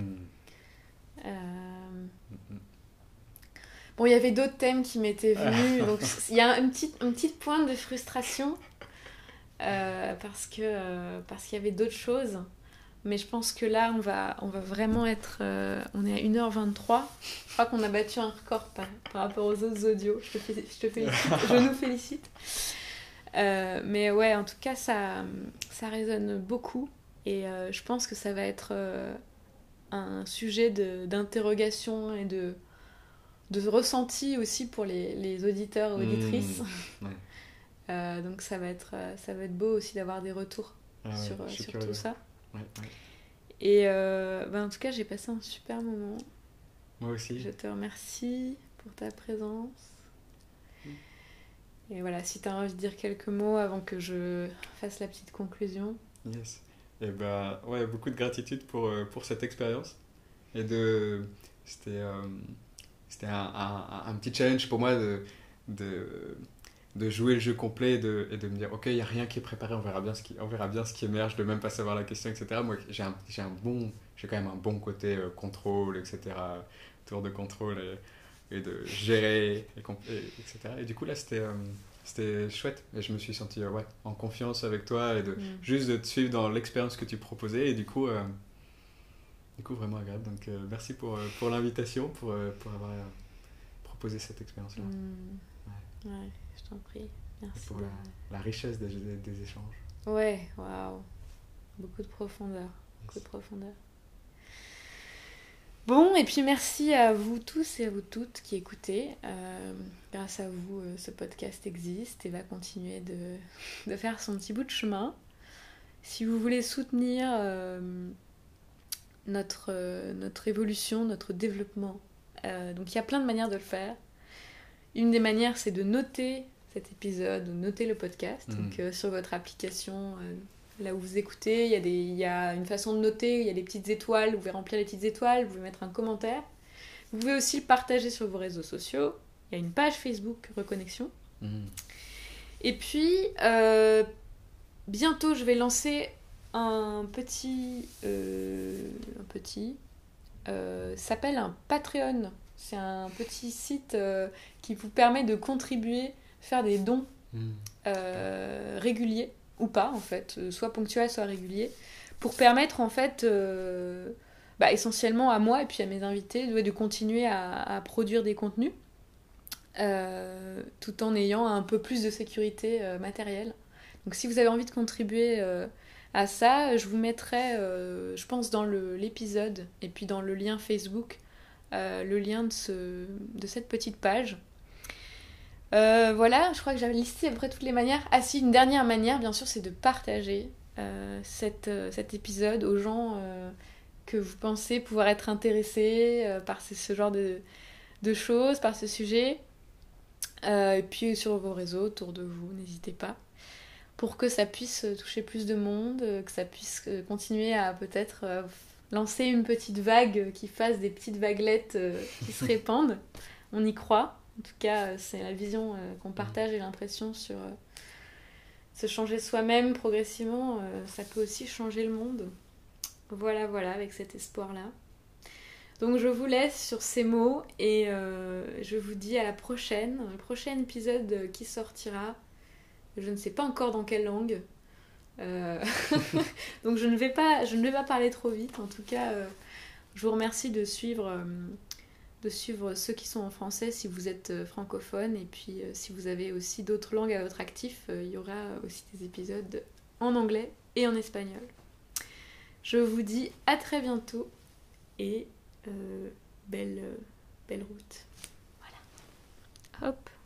Bon, il y avait d'autres thèmes qui m'étaient venus, donc il y a une petite pointe de frustration parce qu'il y avait d'autres choses, mais je pense que là on va vraiment être on est à 1h23. Je crois qu'on a battu un record par rapport aux autres audios. Je te félicite, je nous félicite. Mais ouais, en tout cas ça résonne beaucoup, et je pense que ça va être un sujet d'interrogation et de ressenti aussi pour les auditeurs et auditrices. Donc ça va être beau aussi d'avoir des retours sur tout ça. Et en tout cas, j'ai passé un super moment. Moi aussi. Je te remercie pour ta présence. Et voilà, si tu as envie de dire quelques mots avant que je fasse la petite conclusion. Yes. Et beaucoup de gratitude pour cette expérience. Et c'était un petit challenge pour moi de jouer le jeu complet et de me dire ok, il n'y a rien qui est préparé, on verra bien ce qui émerge, de même pas savoir la question, etc. Moi j'ai quand même un bon côté contrôle, etc., tour de contrôle et de gérer, etc. Et du coup là c'était chouette, et je me suis senti en confiance avec toi, et juste de te suivre dans l'expérience que tu proposais, et du coup vraiment agréable. Donc merci pour l'invitation, pour avoir proposé cette expérience là. Ouais, je t'en prie, merci. Et pour la richesse des échanges. Ouais, waouh, beaucoup de profondeur. Bon, et puis merci à vous tous et à vous toutes qui écoutez. Grâce à vous, ce podcast existe et va continuer de faire son petit bout de chemin. Si vous voulez soutenir notre évolution, notre développement, donc il y a plein de manières de le faire. Une des manières, c'est de noter cet épisode, de noter le podcast. Donc sur votre application, là où vous écoutez, il y a une façon de noter, il y a des petites étoiles, vous pouvez remplir les petites étoiles, vous pouvez mettre un commentaire. Vous pouvez aussi le partager sur vos réseaux sociaux. Il y a une page Facebook Reconnexion. Et puis, bientôt, je vais lancer un petit... s'appelle un Patreon. C'est un petit site qui vous permet de contribuer, faire des dons réguliers, ou pas en fait, soit ponctuels, soit réguliers, pour permettre en fait... essentiellement à moi et puis à mes invités de continuer à produire des contenus tout en ayant un peu plus de sécurité matérielle. Donc si vous avez envie de contribuer à ça, je vous mettrai, je pense dans l'épisode et puis dans le lien Facebook, le lien de cette petite page. Voilà, je crois que j'avais listé à peu près toutes les manières. Ah si, une dernière manière, bien sûr, c'est de partager cet épisode aux gens que vous pensez pouvoir être intéressés par ce genre de choses, par ce sujet. Et puis sur vos réseaux, autour de vous, n'hésitez pas. Pour que ça puisse toucher plus de monde, que ça puisse continuer à peut-être lancer une petite vague qui fasse des petites vaguelettes qui se répandent. On y croit. En tout cas, c'est la vision qu'on partage et l'impression sur se changer soi-même progressivement. Ça peut aussi changer le monde. Voilà, avec cet espoir-là. Donc je vous laisse sur ces mots et je vous dis à la prochaine. Le prochain épisode qui sortira, je ne sais pas encore dans quelle langue. Donc je ne vais pas parler trop vite. En tout cas, je vous remercie de suivre ceux qui sont en français si vous êtes francophone. Et puis si vous avez aussi d'autres langues à votre actif, il y aura aussi des épisodes en anglais et en espagnol. Je vous dis à très bientôt et belle route. Voilà. Hop.